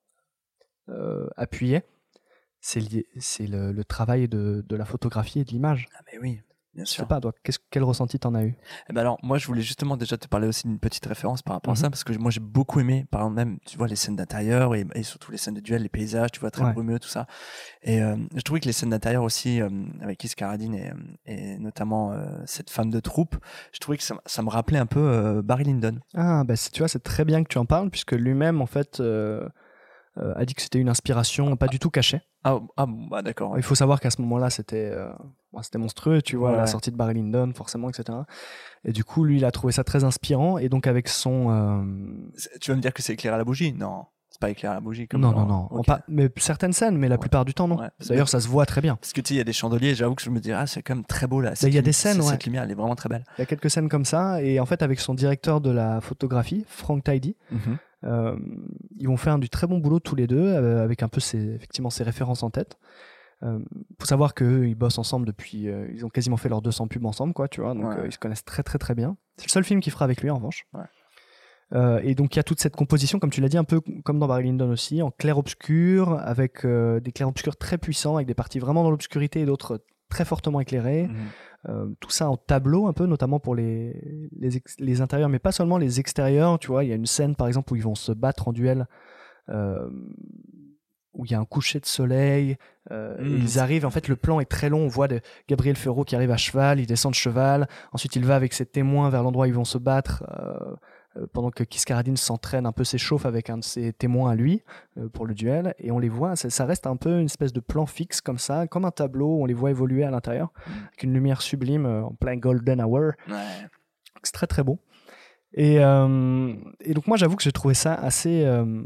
euh, appuyer, c'est, lié, c'est le, le travail de, de la photographie et de l'image. Ah mais oui, bien je sûr. sais pas, toi, qu'est-ce, quel ressenti t'en as eu? Eh ben alors, moi, je voulais justement déjà te parler aussi d'une petite référence par rapport Mhm. à ça, parce que moi, j'ai beaucoup aimé, par exemple, même, tu vois, les scènes d'intérieur et, et surtout les scènes de duel, les paysages, tu vois, très Ouais. brumeux, tout ça. Et euh, je trouvais que les scènes d'intérieur aussi, euh, avec Keith Carradine et, et notamment euh, cette femme de troupe, je trouvais que ça, ça me rappelait un peu euh, Barry Lyndon. Ah, bah, c'est, tu vois, c'est très bien que tu en parles, puisque lui-même, en fait, euh, euh, a dit que c'était une inspiration pas du tout cachée. Ah, ah bon, bah d'accord. Ouais. Il faut savoir qu'à ce moment-là, c'était, euh, bon, c'était monstrueux, tu vois, Ouais, la ouais. sortie de Barry Lyndon, forcément, et cetera. Et du coup, lui, il a trouvé ça très inspirant, et donc avec son... euh, C'est- Tu vas me dire que c'est éclairé à la bougie? Non, c'est pas éclairé à la bougie. Comme Non, dans- non, non. Ok. Pas, mais certaines scènes, mais la Ouais. plupart du temps, non. Ouais. D'ailleurs, ça se voit très bien. Parce que tu sais, il y a des chandeliers, j'avoue que je me dis, ah, c'est quand même très beau là. Cette il y a lumi- des scènes, cette- ouais. Cette lumière, elle est vraiment très belle. Il y a quelques scènes comme ça, et en fait, avec son directeur de la photographie, Frank Tidy, Mhm. euh, ils vont faire du très bon boulot tous les deux, euh, avec un peu ses, effectivement ses références en tête. Euh, faut savoir qu'eux, ils bossent ensemble depuis. Euh, ils ont quasiment fait leurs deux cents pubs ensemble, quoi, tu vois. Donc, Ouais. euh, ils se connaissent très, très, très bien. C'est le seul film qu'il fera avec lui, en revanche. Ouais. Euh, et donc, il y a toute cette composition, comme tu l'as dit, un peu comme dans Barry Lyndon aussi, en clair-obscur, avec euh, des clairs-obscurs très puissants, avec des parties vraiment dans l'obscurité et d'autres très fortement éclairées. Mhm. Euh, tout ça en tableau un peu, notamment pour les, les, ex- les intérieurs, mais pas seulement les extérieurs. Tu vois, il y a une scène par exemple où ils vont se battre en duel, euh, où il y a un coucher de soleil. Euh, Mmh. et ils arrivent, en fait, le plan est très long. On voit de Gabriel Ferro qui arrive à cheval, il descend de cheval. Ensuite, il va avec ses témoins vers l'endroit où ils vont se battre. Euh, euh, pendant que Keith Carradine s'entraîne un peu, s'échauffe avec un de ses témoins à lui euh, pour le duel, et on les voit, ça, ça reste un peu une espèce de plan fixe comme ça, comme un tableau, on les voit évoluer à l'intérieur, avec une lumière sublime euh, en plein golden hour. Ouais. C'est très très beau. Et, euh, et donc moi j'avoue que j'ai trouvé ça assez, euh,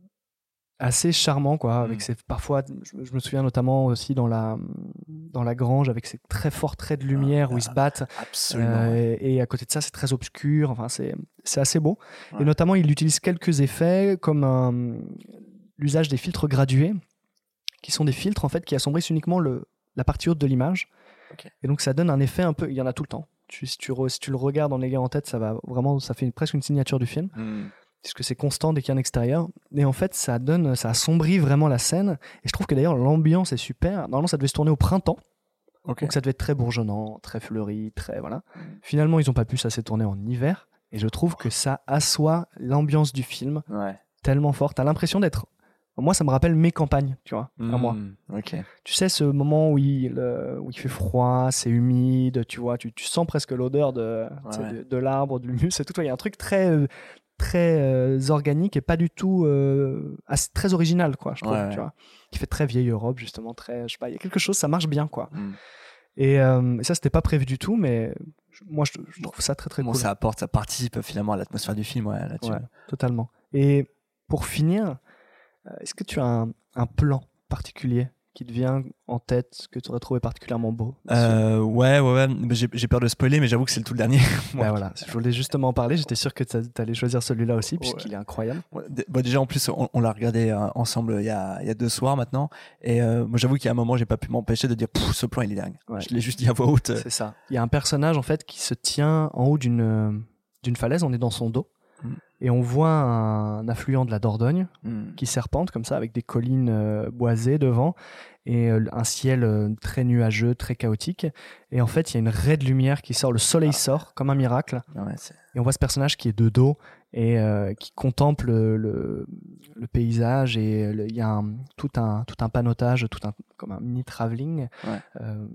assez charmant, quoi, avec Mm. ces, parfois, je, je me souviens notamment aussi dans la, dans la grange, avec ces très forts traits de lumière Ah, où ils se battent. Absolument. Euh, ouais. et, et à côté de ça, c'est très obscur. Enfin, c'est, c'est assez beau. Ouais. Et notamment, il utilise quelques effets, comme un- l'usage des filtres gradués, qui sont des filtres en fait qui assombrissent uniquement le, la partie haute de l'image. Ok. Et donc, ça donne un effet un peu. Il y en a tout le temps. Tu, si, tu re- si tu le regardes en l'ayant en tête, ça va vraiment, ça fait une- presque une signature du film, Mm. puisque c'est constant dès qu'il y a un extérieur. Et en fait, ça donne, ça assombrit vraiment la scène. Et je trouve que d'ailleurs, l'ambiance est super. Normalement, ça devait se tourner au printemps. Ok. Donc ça devait être très bourgeonnant, très fleuri, très voilà. Finalement, ils n'ont pas pu, ça s'est tourné en hiver. Et je trouve que ça assoit l'ambiance du film Ouais. tellement fort. T'as l'impression d'être... Moi, ça me rappelle mes campagnes, tu vois, à moi. Mm. Ok. Tu sais, ce moment où il, euh, où il fait froid, c'est humide, tu vois, tu, tu sens presque l'odeur de, tu sais, Ouais. de, de l'arbre, de l'humus et tout. Il y a un truc très, euh, très euh, organique et pas du tout euh, assez- très original, quoi, je trouve, Ouais, tu ouais. vois. Qui fait très vieille Europe, justement, très, je sais pas, il y a quelque chose, ça marche bien, quoi. Mm. Et, euh, et ça, c'était pas prévu du tout, mais je- moi, je, je trouve ça très, très Bon, cool. ça apporte, ça participe finalement à l'atmosphère du film, ouais, là-dessus. Ouais, totalement. Et pour finir, euh, est-ce que tu as un, un plan particulier qui te vient en tête, que tu aurais trouvé particulièrement beau? Euh, ouais, ouais, ouais. Mais J'ai, j'ai peur de spoiler, mais j'avoue que c'est le tout dernier. Bah voilà, je voulais justement en parler. J'étais sûr que tu allais choisir celui-là aussi, puisqu'il Ouais. est incroyable. Ouais, d- bon, déjà, en plus, on, on l'a regardé euh, ensemble il y, a, il y a deux soirs maintenant. Et euh, moi, j'avoue qu'il y a un moment, j'ai pas pu m'empêcher de dire, Pouf, ce plan, il est dingue. Ouais. Je l'ai juste dit à voix haute. C'est ça. Il y a un personnage en fait qui se tient en haut d'une euh, d'une falaise. On est dans son dos Mm. et on voit un affluent de la Dordogne Mm. qui serpente comme ça avec des collines euh, boisées devant et euh, un ciel euh, très nuageux, très chaotique. Et en fait, il y a une raie de lumière qui sort. Le soleil sort comme un miracle. Ouais, c'est... Et on voit ce personnage qui est de dos et euh, qui contemple le, le, le paysage. Et le- il y a un, tout, un, tout un panotage, tout un, comme un mini travelling. Ouais. Euh,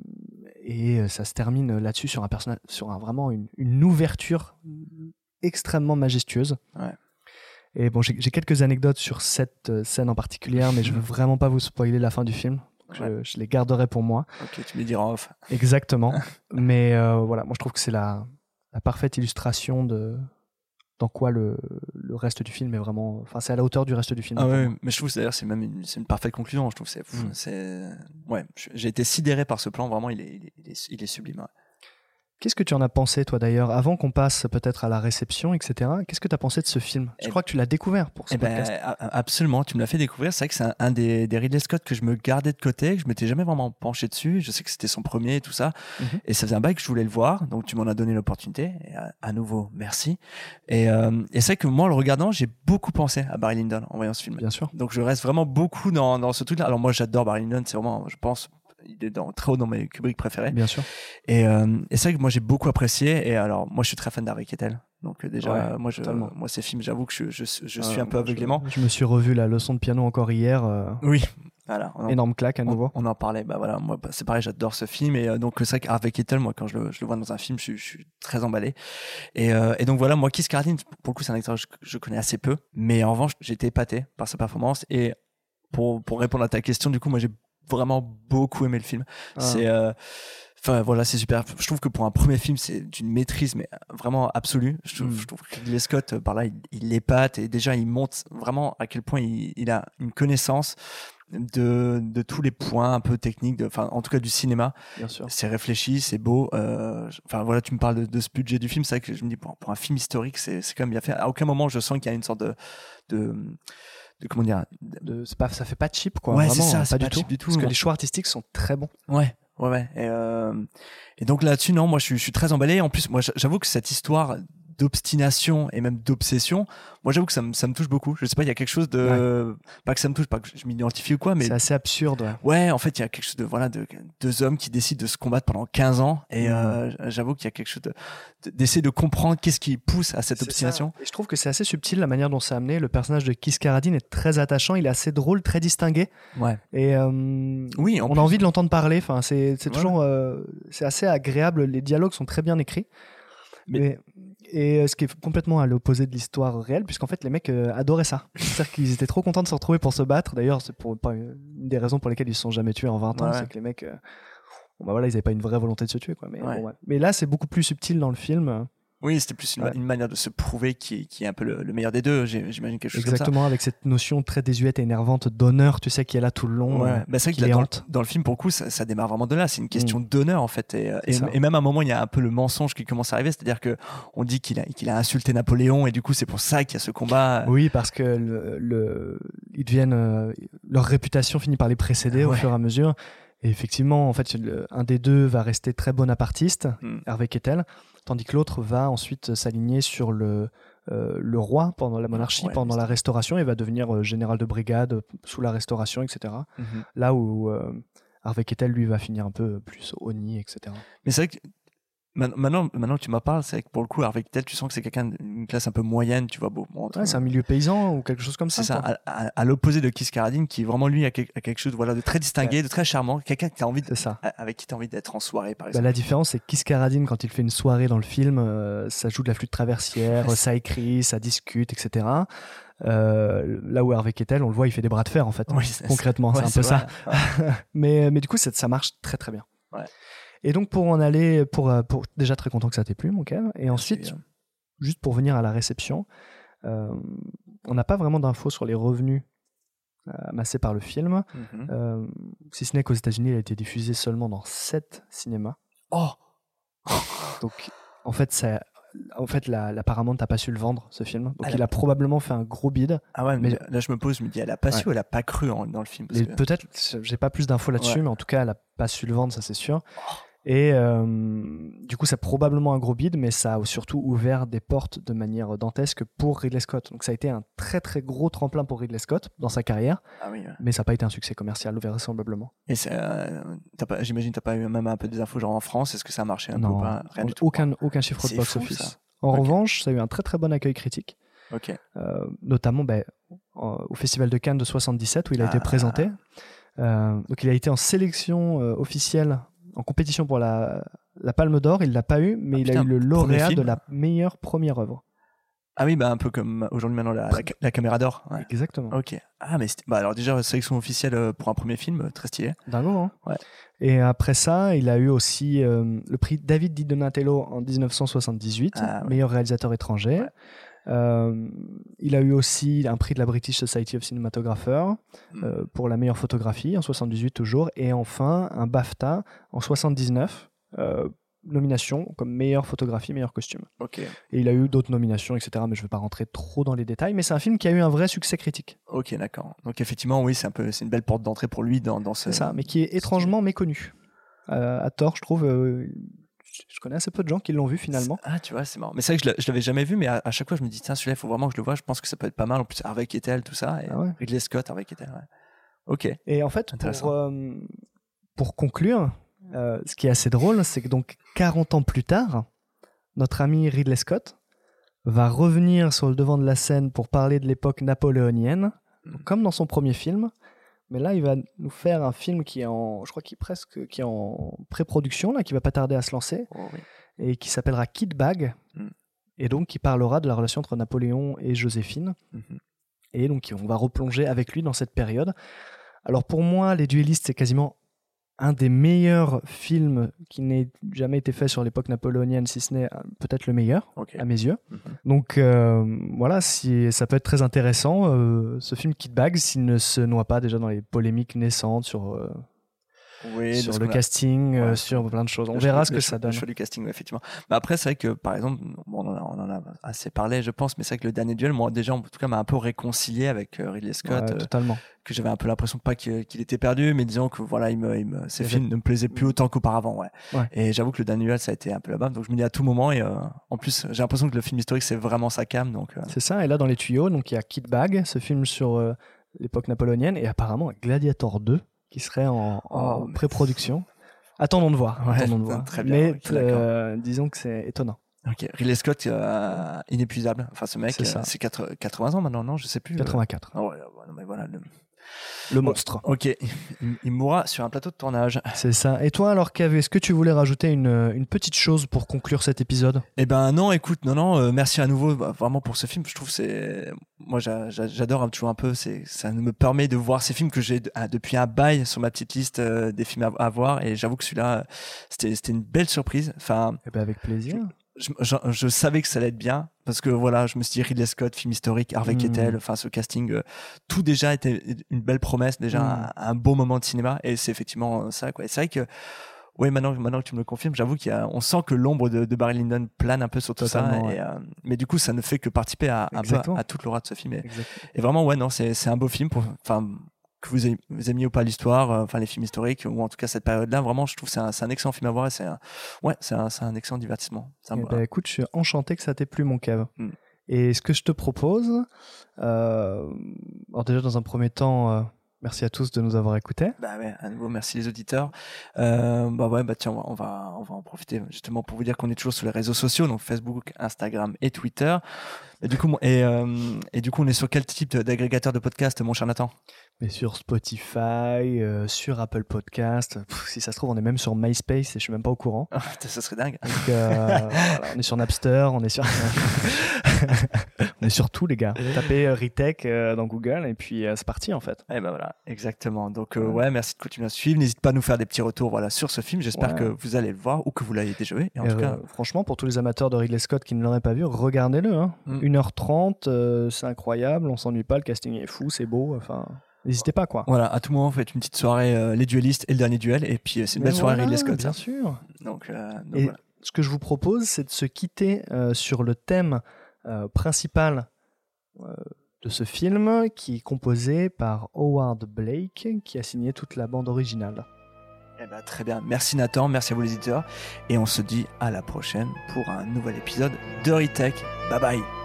et ça se termine là-dessus sur un personnage, sur un, vraiment une, une ouverture extrêmement majestueuse. Ouais. Et bon, j'ai, j'ai quelques anecdotes sur cette euh, scène en particulier, mais je veux vraiment pas vous spoiler la fin du film. Donc je, Ouais. je les garderai pour moi. Ok, tu me les diras en off. Exactement. Mais euh, voilà, moi je trouve que c'est la, la parfaite illustration de dans quoi le, le reste du film est vraiment. Enfin, c'est à la hauteur du reste du film. Ah pour ouais, moi. mais je trouve que d'ailleurs c'est même une, c'est une parfaite conclusion. Je trouve que c'est, pff, Mm. c'est, ouais, je- j'ai été sidéré par ce plan. Vraiment, il est, il est, il est, il est sublime. Ouais. Qu'est-ce que tu en as pensé, toi, d'ailleurs, avant qu'on passe peut-être à la réception, et cetera. Qu'est-ce que tu as pensé de ce film ? Je Eh crois que tu l'as découvert pour ce Eh ben, podcast. a- absolument, tu me l'as fait découvrir. C'est vrai que c'est un, un des, des Ridley Scott que je me gardais de côté, que je m'étais jamais vraiment penché dessus. Je sais que c'était son premier et tout ça. Mhm. Et ça faisait un bail que je voulais le voir. Donc tu m'en as donné l'opportunité. Et à, à nouveau, merci. Et, euh, et c'est vrai que moi, en le regardant, j'ai beaucoup pensé à Barry Lyndon en voyant ce film. Bien sûr. Donc je reste vraiment beaucoup dans, dans ce truc-là. Alors moi, j'adore Barry Lyndon. C'est vraiment, je pense, il est dans, très haut dans mes Kubrick préférés. Bien sûr. Et, euh, et c'est vrai que moi j'ai beaucoup apprécié. Et alors moi je suis très fan d'Harvey Keitel. Donc euh, déjà Ouais, moi je, totalement. moi ces films j'avoue que je, je, je suis Euh, un peu je- aveuglément. Je, me suis revu la leçon de piano encore hier. euh, Oui. Voilà. On en, énorme claque à nouveau. on, on en parlait. Bah voilà moi bah, c'est pareil, j'adore ce film. Et euh, donc c'est vrai qu'Harvey Keitel, moi quand je le, je le vois dans un film je, suis- je suis très emballé. Et, euh, et donc voilà, moi Keith Carradine pour le coup c'est un acteur que je, je connais assez peu. Mais en revanche j'ai été épaté par sa performance. Et pour, pour répondre à ta question, du coup moi j'ai vraiment beaucoup aimé le film. Ah. C'est euh, enfin voilà, c'est super. Je trouve que pour un premier film, c'est d'une maîtrise mais vraiment absolue. Je trouve, Mm. je trouve que Ridley Scott par là, il, il l'épate et déjà il montre vraiment à quel point il, il a une connaissance de, de tous les points un peu techniques, de, enfin en tout cas du cinéma. Bien sûr. C'est réfléchi, c'est beau. euh, Enfin voilà, tu me parles de, de ce budget du film, c'est vrai que je me dis pour, pour un film historique, c'est c'est quand même bien fait. À aucun moment je sens qu'il y a une sorte de de, de comment dire. De, c'est pas, ça fait pas cheap, quoi. Ouais, Vraiment, c'est ça, pas, c'est du, pas tout. cheap du tout. Parce que Bon. les choix artistiques sont très bons. Ouais, ouais, ouais. Et, euh, et donc là-dessus, non, moi je suis, je suis très emballé. En plus, moi j'avoue que cette histoire d'obstination et même d'obsession, moi j'avoue que ça me, ça me touche beaucoup. Je sais pas, il y a quelque chose de. Pas que ça me touche, pas que je m'identifie ou quoi, mais. C'est assez absurde, ouais. Ouais, en fait, il y a quelque chose de. Voilà, de deux hommes qui décident de se combattre pendant quinze ans. Et Mmh. euh, j'avoue qu'il y a quelque chose de. de- d'essayer de comprendre qu'est-ce qui pousse à cette C'est obstination. ça. Et je trouve que c'est assez subtil la manière dont c'est amené. Le personnage de Keith Carradine est très attachant, il est assez drôle, très distingué. Ouais. Et euh, Oui, en on plus. a envie de l'entendre parler. Enfin, c'est c'est Ouais. toujours, euh, c'est assez agréable. Les dialogues sont très bien écrits. Mais- Et, et, euh, ce qui est complètement à l'opposé de l'histoire réelle, puisqu'en fait les mecs euh, adoraient ça. C'est-à-dire qu'ils étaient trop contents de se retrouver pour se battre. D'ailleurs, c'est pour, pas une des raisons pour lesquelles ils se sont jamais tués en vingt ans, Ouais. c'est que les mecs, euh, bon, bah voilà, ils avaient pas une vraie volonté de se tuer, quoi. Mais, Ouais. bon, ouais. Mais là, c'est beaucoup plus subtil dans le film. Oui, c'était plus une, Ouais. une manière de se prouver qui est, qui est un peu le, le meilleur des deux. j'ai- J'imagine quelque chose Exactement, avec cette notion très désuète et énervante d'honneur, tu sais, qui est là tout le long. comme ça. Ouais. euh, Bah, c'est vrai qui que là, les dans, hante. dans le film, pour le coup, ça, ça démarre vraiment de là. C'est une question d'honneur, en fait. Et, et, ça. et même à un moment, il y a un peu le mensonge qui commence à arriver. C'est-à-dire que on dit qu'il a, qu'il a insulté Napoléon et du coup, c'est pour ça qu'il y a ce combat. Oui, parce que le, le- ils deviennent, euh, leur réputation finit par les précéder au Ouais. fur et à mesure. Et effectivement, en fait, le- un des deux va rester très bonapartiste, Mm. Harvey Keitel, tandis que l'autre va ensuite s'aligner sur le, euh, le roi pendant la monarchie, Ouais, pendant mais la Restauration, et va devenir euh, général de brigade euh, sous la Restauration, et cetera. Mhm. Là où euh, Harvey Keitel, lui, va finir un peu plus au nid, et cetera. Mais c'est vrai que man- maintenant, maintenant que tu m'en parles, c'est vrai que pour le coup, avec tel, tu sens que c'est quelqu'un d'une classe un peu moyenne, tu vois. Bon, bon, entre- Ouais, c'est un milieu paysan ou quelque chose comme ça. C'est ça, quoi. à, à- à l'opposé de Keith Carradine, qui vraiment lui a, quel- a quelque chose, voilà, de très distingué, de très charmant, quelqu'un que t'as envie de, C'est ça. avec qui tu as envie d'être en soirée, par Bah, exemple. la différence, c'est que Keith Carradine, quand il fait une soirée dans le film, euh, ça joue de la flûte traversière, Ouais, ça écrit, ça discute, et cetera. Euh, là où Harvey Keitel, on le voit, il fait des bras de fer, en fait. Oui, c'est- Concrètement, Ouais, c'est un peu vrai. ça. mais, mais du coup, ça, ça marche très très bien. Ouais. Et donc, pour en aller, pour, euh, pour déjà très content que ça t'ait plu, mon Kev. Et ensuite, Merci, hein. juste pour venir à la réception, euh, on n'a pas vraiment d'infos sur les revenus euh, amassés par le film, Mhm. euh, si ce n'est qu'aux États-Unis, il a été diffusé seulement dans sept cinémas. Oh, Donc, en fait, ça, en fait, la, la Paramount n'a pas su le vendre, ce film. Donc, Ah, il la- a probablement fait un gros bid. ah ouais, mais Mais- là je me pose, je me dis, elle a pas su ou elle a pas cru en- dans le film parce Les- que- Peut-être, j'ai pas plus d'infos là-dessus, Ouais. mais en tout cas, elle a pas su le vendre, ça c'est sûr. Et euh, du coup, c'est probablement un gros bid, mais ça a surtout ouvert des portes de manière dantesque pour Ridley Scott. Donc, ça a été un très très gros tremplin pour Ridley Scott dans sa carrière, Ah oui, ouais. mais ça n'a pas été un succès commercial, vraisemblablement. Et c'est, euh, t'as pas, j'imagine, t'as pas eu même un peu des infos genre en France, est-ce que ça a marché un peu Non, ou pas? Rien du tout. aucun, aucun chiffre de C'est box fou, office. ça. En Ok. revanche, ça a eu un très très bon accueil critique. Ok. Euh, notamment ben, en- au Festival de Cannes de soixante-dix-sept où il a été Ah. présenté. Euh, donc il a été en sélection euh, officielle en compétition pour la, la Palme d'Or, il l'a pas eu, mais Ah, il putain, a eu le premier lauréat film. de la meilleure première œuvre. Ah oui, bah un peu comme aujourd'hui maintenant la, la, la caméra d'or. Ouais. Exactement. Ok. Ah mais c'était- bah alors déjà sélection officielle euh, pour un premier film, euh, très stylé. Dingo, hein. Ouais. Et après ça, il a eu aussi euh, le prix David Di Donatello en dix-neuf cent soixante-dix-huit, Ah, ouais. meilleur réalisateur étranger. Ouais. Euh, il a eu aussi un prix de la British Society of Cinematographers Mm. euh, pour la meilleure photographie en soixante-dix-huit toujours, et enfin un BAFTA en soixante-dix-neuf, euh, nomination comme meilleure photographie, meilleur costume. Ok. Et il a eu d'autres nominations, et cetera. Mais je ne vais pas rentrer trop dans les détails. Mais c'est un film qui a eu un vrai succès critique. Ok, d'accord. Donc effectivement, oui, c'est un peu, c'est une belle porte d'entrée pour lui dans, dans ce. C'est ça, mais qui est étrangement méconnu. Euh, à tort, je trouve. Euh, je connais assez peu de gens qui l'ont vu finalement. Ah, tu vois, c'est marrant. Mais c'est vrai que je l'a- je l'avais jamais vu, mais à, à chaque fois, je me dis, tiens, celui-là, il faut vraiment que je le voie. Je pense que ça peut être pas mal. En plus, Harvey Keitel, tout ça. Et Ah ouais. Ridley Scott, Harvey Keitel, ouais. Ok. Et en fait, Intéressant. pour, euh, pour conclure, euh, ce qui est assez drôle, c'est que donc quarante ans plus tard, notre ami Ridley Scott va revenir sur le devant de la scène pour parler de l'époque napoléonienne, Mhm. comme dans son premier film. Mais là, il va nous faire un film qui est en, je crois qu'il est presque, qui est en pré-production, là, qui va pas tarder à se lancer, Oh, oui. et qui s'appellera Kid Bag, Mm. et donc qui parlera de la relation entre Napoléon et Joséphine. Mhm. Et donc, on va replonger avec lui dans cette période. Alors, pour moi, Les Duellistes, c'est quasiment un des meilleurs films qui n'ait jamais été fait sur l'époque napoléonienne, si ce n'est euh, peut-être le meilleur, Ok. à mes yeux. Mhm. Donc, euh, voilà, si, ça peut être très intéressant, euh, ce film Kid Bag, s'il ne se noie pas déjà dans les polémiques naissantes sur, euh, Oui, sur de ce le qu'on a- casting, euh, Ouais. sur plein de choses. On Le verra choix- ce le que choix- ça donne. Le choix du casting, ouais, effectivement. Mais après, c'est vrai que, par exemple, bon, on, en a, on en a assez parlé, je pense, mais c'est vrai que le dernier duel, moi, déjà, en tout cas, m'a un peu réconcilié avec euh, Ridley Scott, Ouais, euh, totalement. que j'avais un peu l'impression pas qu'il qu'il était perdu, mais disons que voilà, il me, il me, ses Il y films avait- ne me plaisaient plus autant qu'auparavant, ouais. Ouais. Et j'avoue que le dernier duel, ça a été un peu là-bas, donc je me dis à tout moment, et euh, en plus, j'ai l'impression que le film historique, c'est vraiment sa cam, donc. euh, C'est ça, et là dans les tuyaux, donc il y a Kid Bag, ce film sur euh, l'époque napoléonienne, et apparemment Gladiator deux, qui serait en, en Oh, mais- pré-production. Attendons de voir. Ouais, attendons de voir. très bien, Mais ok, d'accord. euh, disons que c'est étonnant. Ok, Ridley Scott, euh, inépuisable. Enfin, ce mec, C'est euh, ça. c'est quatre- quatre-vingts ans maintenant, non? Je sais plus. euh. quatre-vingt-quatre. Ah ouais, ouais, non, mais voilà. le- Le monstre. Ok, il, il mourra sur un plateau de tournage. C'est ça. Et toi alors, Kev, est-ce que tu voulais rajouter une, une petite chose pour conclure cet épisode? Eh ben non, écoute, non, non, euh, merci à nouveau, bah, vraiment pour ce film. Je trouve que c'est, moi, j'a- j'a- j'adore hein, toujours un peu. C'est, ça me permet de voir ces films que j'ai ah, depuis un bail sur ma petite liste euh, des films à, à voir. Et j'avoue que celui-là, euh, c'était, c'était une belle surprise. Enfin, Eh ben avec plaisir. je, je, je savais que ça allait être bien parce que voilà, je me suis dit Ridley Scott, film historique, Harvey Mm. Keitel, enfin ce casting, euh, tout déjà était une belle promesse, déjà Mm. un, un beau moment de cinéma et c'est effectivement euh, ça quoi. Et c'est vrai que ouais, maintenant, maintenant que tu me le confirmes, j'avoue qu'il y a, on sent que l'ombre de, de Barry Lyndon plane un peu sur tout Totalement, ça. ouais. Et, euh, mais du coup, ça ne fait que participer à, à, Exactement. à toute l'aura de ce film. Et, Exact. et vraiment, ouais, non, c'est, c'est un beau film pour, enfin, que vous aimiez, vous aimiez ou pas l'histoire, euh, enfin les films historiques ou en tout cas cette période-là, vraiment, je trouve que c'est un, c'est un excellent film à voir et c'est un, ouais, c'est un, c'est un excellent divertissement. C'est un Eh bon- ben, écoute, je suis enchanté que ça t'ait plu, mon Kev. Mm. Et ce que je te propose, euh, alors déjà dans un premier temps, euh, merci à tous de nous avoir écoutés. Bah ouais, à nouveau, merci les auditeurs. Euh, bah ouais, bah tiens, on va, on va, on va en profiter justement pour vous dire qu'on est toujours sur les réseaux sociaux, donc Facebook, Instagram et Twitter. Et du coup, mon- et, euh, et du coup, on est sur quel type de- d'agrégateur de podcast, mon cher Nathan? Mais sur Spotify, euh, sur Apple Podcast, pff, si ça se trouve, on est même sur MySpace et je suis même pas au courant. Ah, putain, ça serait dingue. Donc, euh, voilà, on est sur Napster, on est sur, on est sur tout, les gars. Tapez euh, Ritech euh, dans Google et puis euh, c'est parti en fait. Et ben voilà, exactement. Donc euh, ouais, merci de continuer à suivre. N'hésite pas à nous faire des petits retours, voilà, sur ce film. J'espère Ouais. que vous allez le voir ou que vous l'avez déjà vu. Et en Et, tout cas, euh, franchement, pour tous les amateurs de Ridley Scott qui ne l'auraient pas vu, regardez-le. Hein. Mm. une heure trente, euh, c'est incroyable, on s'ennuie pas, le casting est fou, c'est beau. Enfin, n'hésitez pas quoi. voilà, à tout moment, vous faites une petite soirée euh, les duellistes et le dernier duel, et puis euh, c'est une Mais belle soirée voilà, Ridley Scott. bien ça. sûr. Donc, euh, donc Et voilà. ce que je vous propose, c'est de se quitter euh, sur le thème euh, principal euh, de ce film, qui est composé par Howard Blake, qui a signé toute la bande originale. Eh ben, très bien. Merci Nathan, merci à vous les éditeurs, et on se dit à la prochaine pour un nouvel épisode de Ritech. Bye bye.